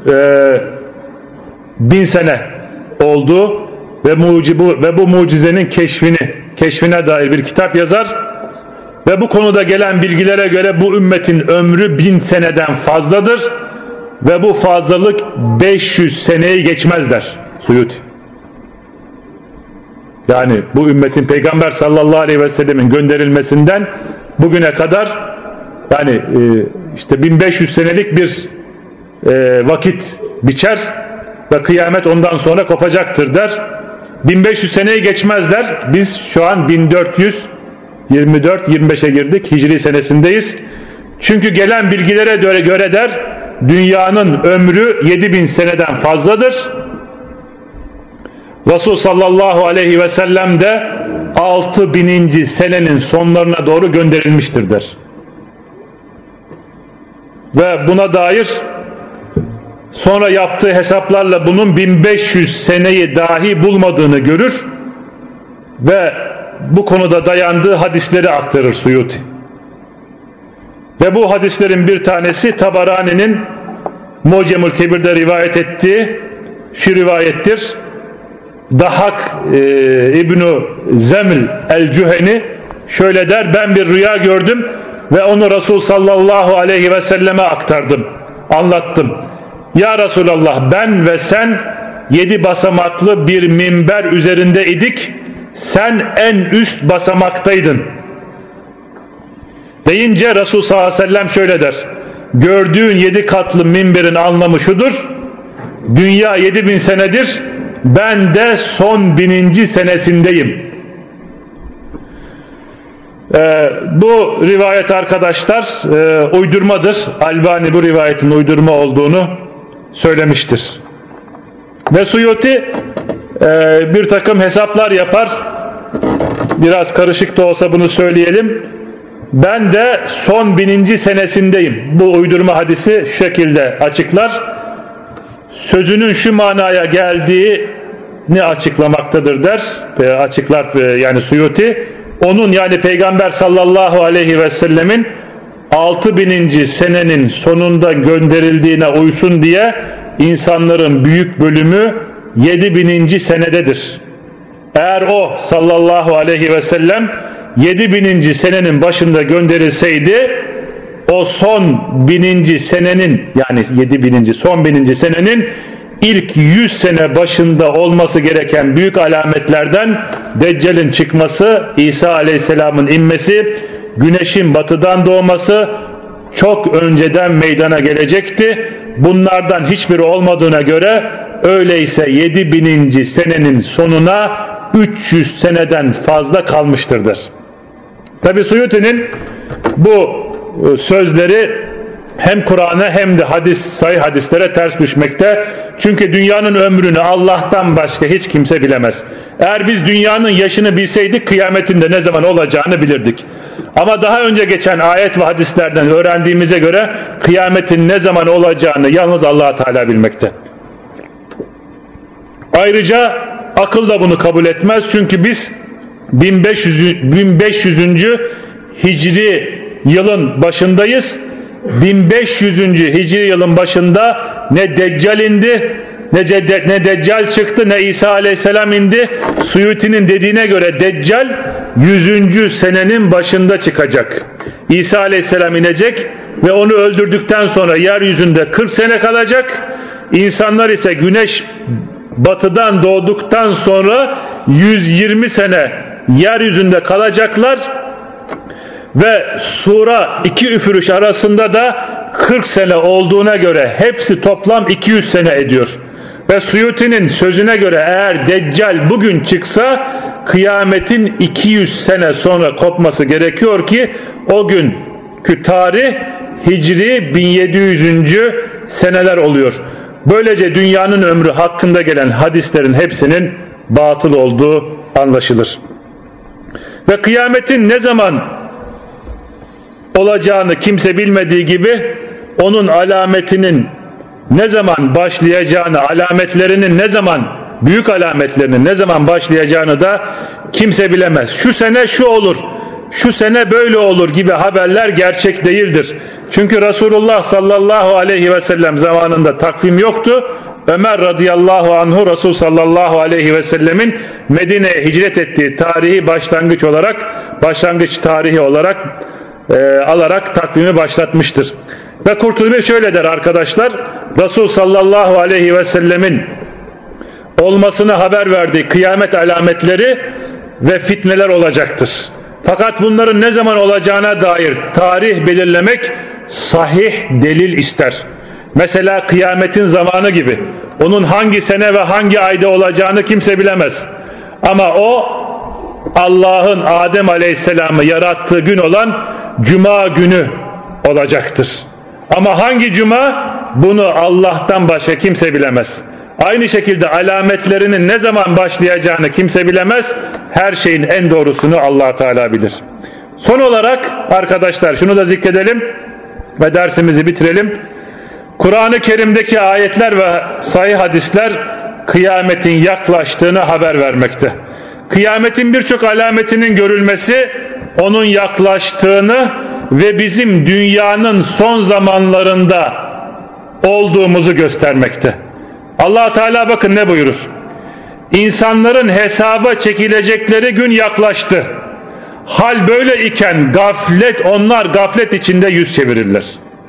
1000 sene olduğu ve bu mucizenin keşfine dair bir kitap yazar. Ve bu konuda gelen bilgilere göre bu ümmetin ömrü 1000 seneden fazladır ve bu fazlalık 500 seneyi geçmez der Suyuti. Yani bu ümmetin Peygamber sallallahu aleyhi ve sellemin gönderilmesinden bugüne kadar yani işte 1500 senelik bir vakit biçer ve kıyamet ondan sonra kopacaktır der. 1500 seneyi geçmez der. Biz şu an 1424-25'e girdik. Hicri senesindeyiz. Çünkü gelen bilgilere göre der dünyanın ömrü 7000 seneden fazladır. Resul sallallahu aleyhi ve sellem de 6000. senenin sonlarına doğru gönderilmiştir der. Ve buna dair sonra yaptığı hesaplarla bunun 1500 seneyi dahi bulmadığını görür ve bu konuda dayandığı hadisleri aktarır Suyuti. Ve bu hadislerin bir tanesi Tabarani'nin Mucemül Kebir'de rivayet ettiği şu rivayettir. Dahak İbn-i Zeml el-Cüheni şöyle der, ben bir rüya gördüm ve onu Resul sallallahu aleyhi ve selleme aktardım, anlattım. Ya Resulallah, ben ve sen 7 basamaklı bir minber üzerinde idik, sen en üst basamaktaydın deyince Resul sallallahu aleyhi ve sellem şöyle der, gördüğün 7 katlı minberin anlamı şudur, dünya 7000 senedir, ben de son 1000. senesindeyim. Bu rivayet arkadaşlar uydurmadır. Albani bu rivayetin uydurma olduğunu söylemiştir. Ve Suyuti bir takım hesaplar yapar. Biraz karışık da olsa bunu söyleyelim. Ben de son 1000. senesindeyim. Bu uydurma hadisi şu şekilde açıklar. Sözünün şu manaya geldiğini açıklamaktadır der. Açıklar yani Suyuti. Onun yani Peygamber sallallahu aleyhi ve sellemin 6000. senenin sonunda gönderildiğine uysun diye insanların büyük bölümü 7000. senededir. Eğer o sallallahu aleyhi ve sellem 7000. senenin başında gönderilseydi o son 1000. senenin yani 7000. son 1000. senenin ilk 100 sene başında olması gereken büyük alametlerden Deccal'in çıkması, İsa Aleyhisselam'ın inmesi, güneşin batıdan doğması çok önceden meydana gelecekti. Bunlardan hiçbiri olmadığına göre öyleyse 7000. senenin sonuna 300 seneden fazla kalmıştırdır. Tabi Suyuti'nin bu sözleri hem Kur'an'a hem de sahih hadislere ters düşmekte. Çünkü dünyanın ömrünü Allah'tan başka hiç kimse bilemez. Eğer biz dünyanın yaşını bilseydik kıyametin de ne zaman olacağını bilirdik. Ama daha önce geçen ayet ve hadislerden öğrendiğimize göre kıyametin ne zaman olacağını yalnız Allah Teala bilmekte. Ayrıca akıl da bunu kabul etmez. Çünkü biz 1500. Hicri yılın başındayız. 1500. Hicri yılın başında ne Deccal indi, ne Deccal çıktı, ne İsa Aleyhisselam indi. Suyuti'nin dediğine göre Deccal 100. senenin başında çıkacak. İsa aleyhisselam inecek ve onu öldürdükten sonra yeryüzünde 40 sene kalacak. İnsanlar ise güneş batıdan doğduktan sonra 120 sene yeryüzünde kalacaklar ve sura 2 üfürüş arasında da 40 sene olduğuna göre hepsi toplam 200 sene ediyor. Ve Suyuti'nin sözüne göre eğer Deccal bugün çıksa kıyametin 200 sene sonra kopması gerekiyor ki o günkü tarih Hicri 1700. seneler oluyor. Böylece dünyanın ömrü hakkında gelen hadislerin hepsinin batıl olduğu anlaşılır. Ve kıyametin ne zaman olacağını kimse bilmediği gibi onun alametinin ne zaman başlayacağını, alametlerinin ne zaman, büyük alametlerinin ne zaman başlayacağını da kimse bilemez. Şu sene şu olur, şu sene böyle olur gibi haberler gerçek değildir. Çünkü Resulullah sallallahu aleyhi ve sellem zamanında takvim yoktu. Ömer radıyallahu anhu Resul sallallahu aleyhi ve sellemin Medine'ye hicret ettiği tarihi başlangıç tarihi olarak alarak takvimi başlatmıştır. Ve Kurtubi şöyle der arkadaşlar, Resul sallallahu aleyhi ve sellemin olmasını haber verdiği kıyamet alametleri ve fitneler olacaktır. Fakat bunların ne zaman olacağına dair tarih belirlemek sahih delil ister. Mesela kıyametin zamanı gibi onun hangi sene ve hangi ayda olacağını kimse bilemez. Ama o Allah'ın Adem Aleyhisselam'ı yarattığı gün olan Cuma günü olacaktır. Ama hangi cuma? Bunu Allah'tan başka kimse bilemez. Aynı şekilde alametlerinin ne zaman başlayacağını kimse bilemez. Her şeyin en doğrusunu Allah Teala bilir. Son olarak arkadaşlar şunu da zikredelim ve dersimizi bitirelim. Kur'an-ı Kerim'deki ayetler ve sahih hadisler kıyametin yaklaştığını haber vermekte. Kıyametin birçok alametinin görülmesi onun yaklaştığını ve bizim dünyanın son zamanlarında olduğumuzu göstermekte. Allah Teala bakın ne buyurur? İnsanların hesaba çekilecekleri gün yaklaştı. Hal böyle iken onlar gaflet içinde yüz çevirirler.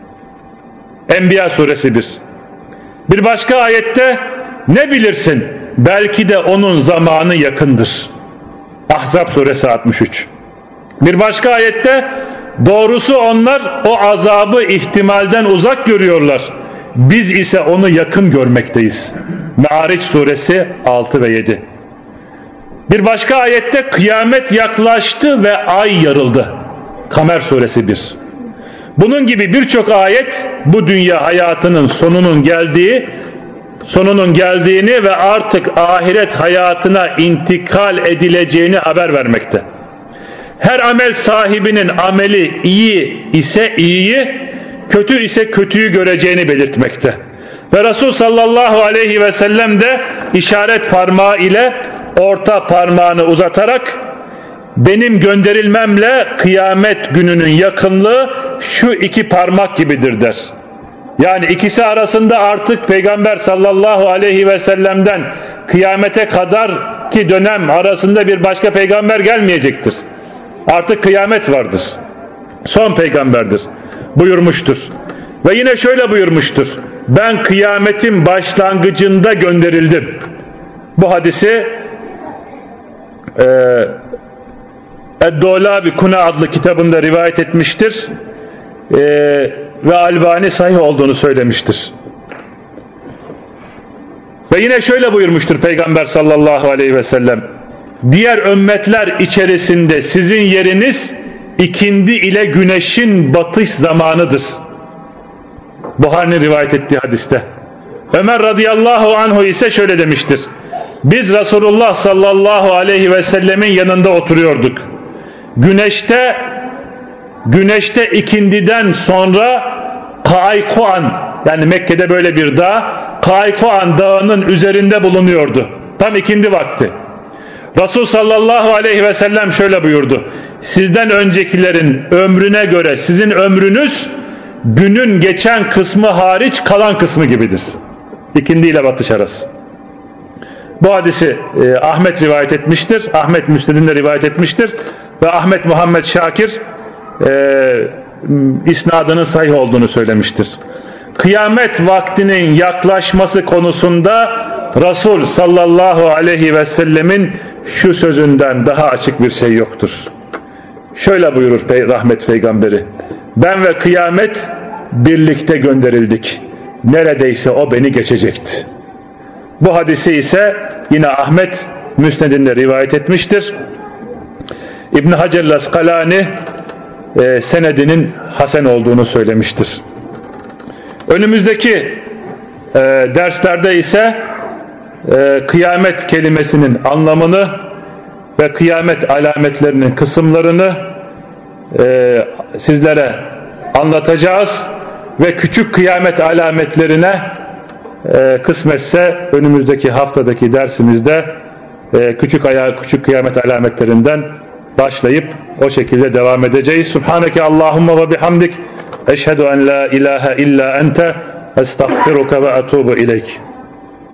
Enbiya suresi 1. Bir başka ayette ne bilirsin? Belki de onun zamanı yakındır. Ahzab suresi 63. Bir başka ayette doğrusu onlar o azabı ihtimalden uzak görüyorlar. Biz ise onu yakın görmekteyiz. Me'ariç suresi 6 ve 7. Bir başka ayette kıyamet yaklaştı ve ay yarıldı. Kamer suresi 1. Bunun gibi birçok ayet bu dünya hayatının sonunun geldiğini ve artık ahiret hayatına intikal edileceğini haber vermekte. Her amel sahibinin ameli iyi ise iyiyi, kötü ise kötüyü göreceğini belirtmekte. Ve Resul sallallahu aleyhi ve sellem de işaret parmağı ile orta parmağını uzatarak benim gönderilmemle kıyamet gününün yakınlığı şu iki parmak gibidir der. Yani ikisi arasında artık Peygamber sallallahu aleyhi ve sellem'den kıyamete kadar ki dönem arasında bir başka peygamber gelmeyecektir. Artık kıyamet vardır. Son peygamberdir buyurmuştur. Ve yine şöyle buyurmuştur. Ben kıyametin başlangıcında gönderildim. Bu hadisi Ed-Dolabi Kuna adlı kitabında rivayet etmiştir. Ve Albani sahih olduğunu söylemiştir. Ve yine şöyle buyurmuştur Peygamber sallallahu aleyhi ve sellem. Diğer ümmetler içerisinde sizin yeriniz ikindi ile güneşin batış zamanıdır. Buhari'nin rivayet ettiği hadiste. Ömer radıyallahu anhu ise şöyle demiştir. Biz Resulullah sallallahu aleyhi ve sellemin yanında oturuyorduk. Güneşte ikindiden sonra Kaykuan, yani Mekke'de böyle bir dağ, Kaykuan dağının üzerinde bulunuyordu. Tam ikindi vakti. Resul sallallahu aleyhi ve sellem şöyle buyurdu. Sizden öncekilerin ömrüne göre sizin ömrünüz günün geçen kısmı hariç kalan kısmı gibidir. İkindi ile batış arası. Bu hadisi Ahmet rivayet etmiştir. Ahmet Müsned'inde rivayet etmiştir. Ve Ahmet Muhammed Şakir isnadının sahih olduğunu söylemiştir. Kıyamet vaktinin yaklaşması konusunda Resul sallallahu aleyhi ve sellemin şu sözünden daha açık bir şey yoktur. Şöyle buyurur rahmet peygamberi: ben ve kıyamet birlikte gönderildik. Neredeyse o beni geçecekti. Bu hadisi ise yine Ahmet Müsned'inde rivayet etmiştir. İbn Hacer el-Askalani senedinin hasen olduğunu söylemiştir. Önümüzdeki derslerde ise kıyamet kelimesinin anlamını ve kıyamet alametlerinin kısımlarını sizlere anlatacağız ve küçük kıyamet alametlerine kısmetse önümüzdeki haftadaki dersimizde küçük kıyamet alametlerinden başlayıp o şekilde devam edeceğiz. Subhaneke Allahumma ve bihamdik eşhedü en la ilahe illa ente estağfiruke ve etubu ileyk.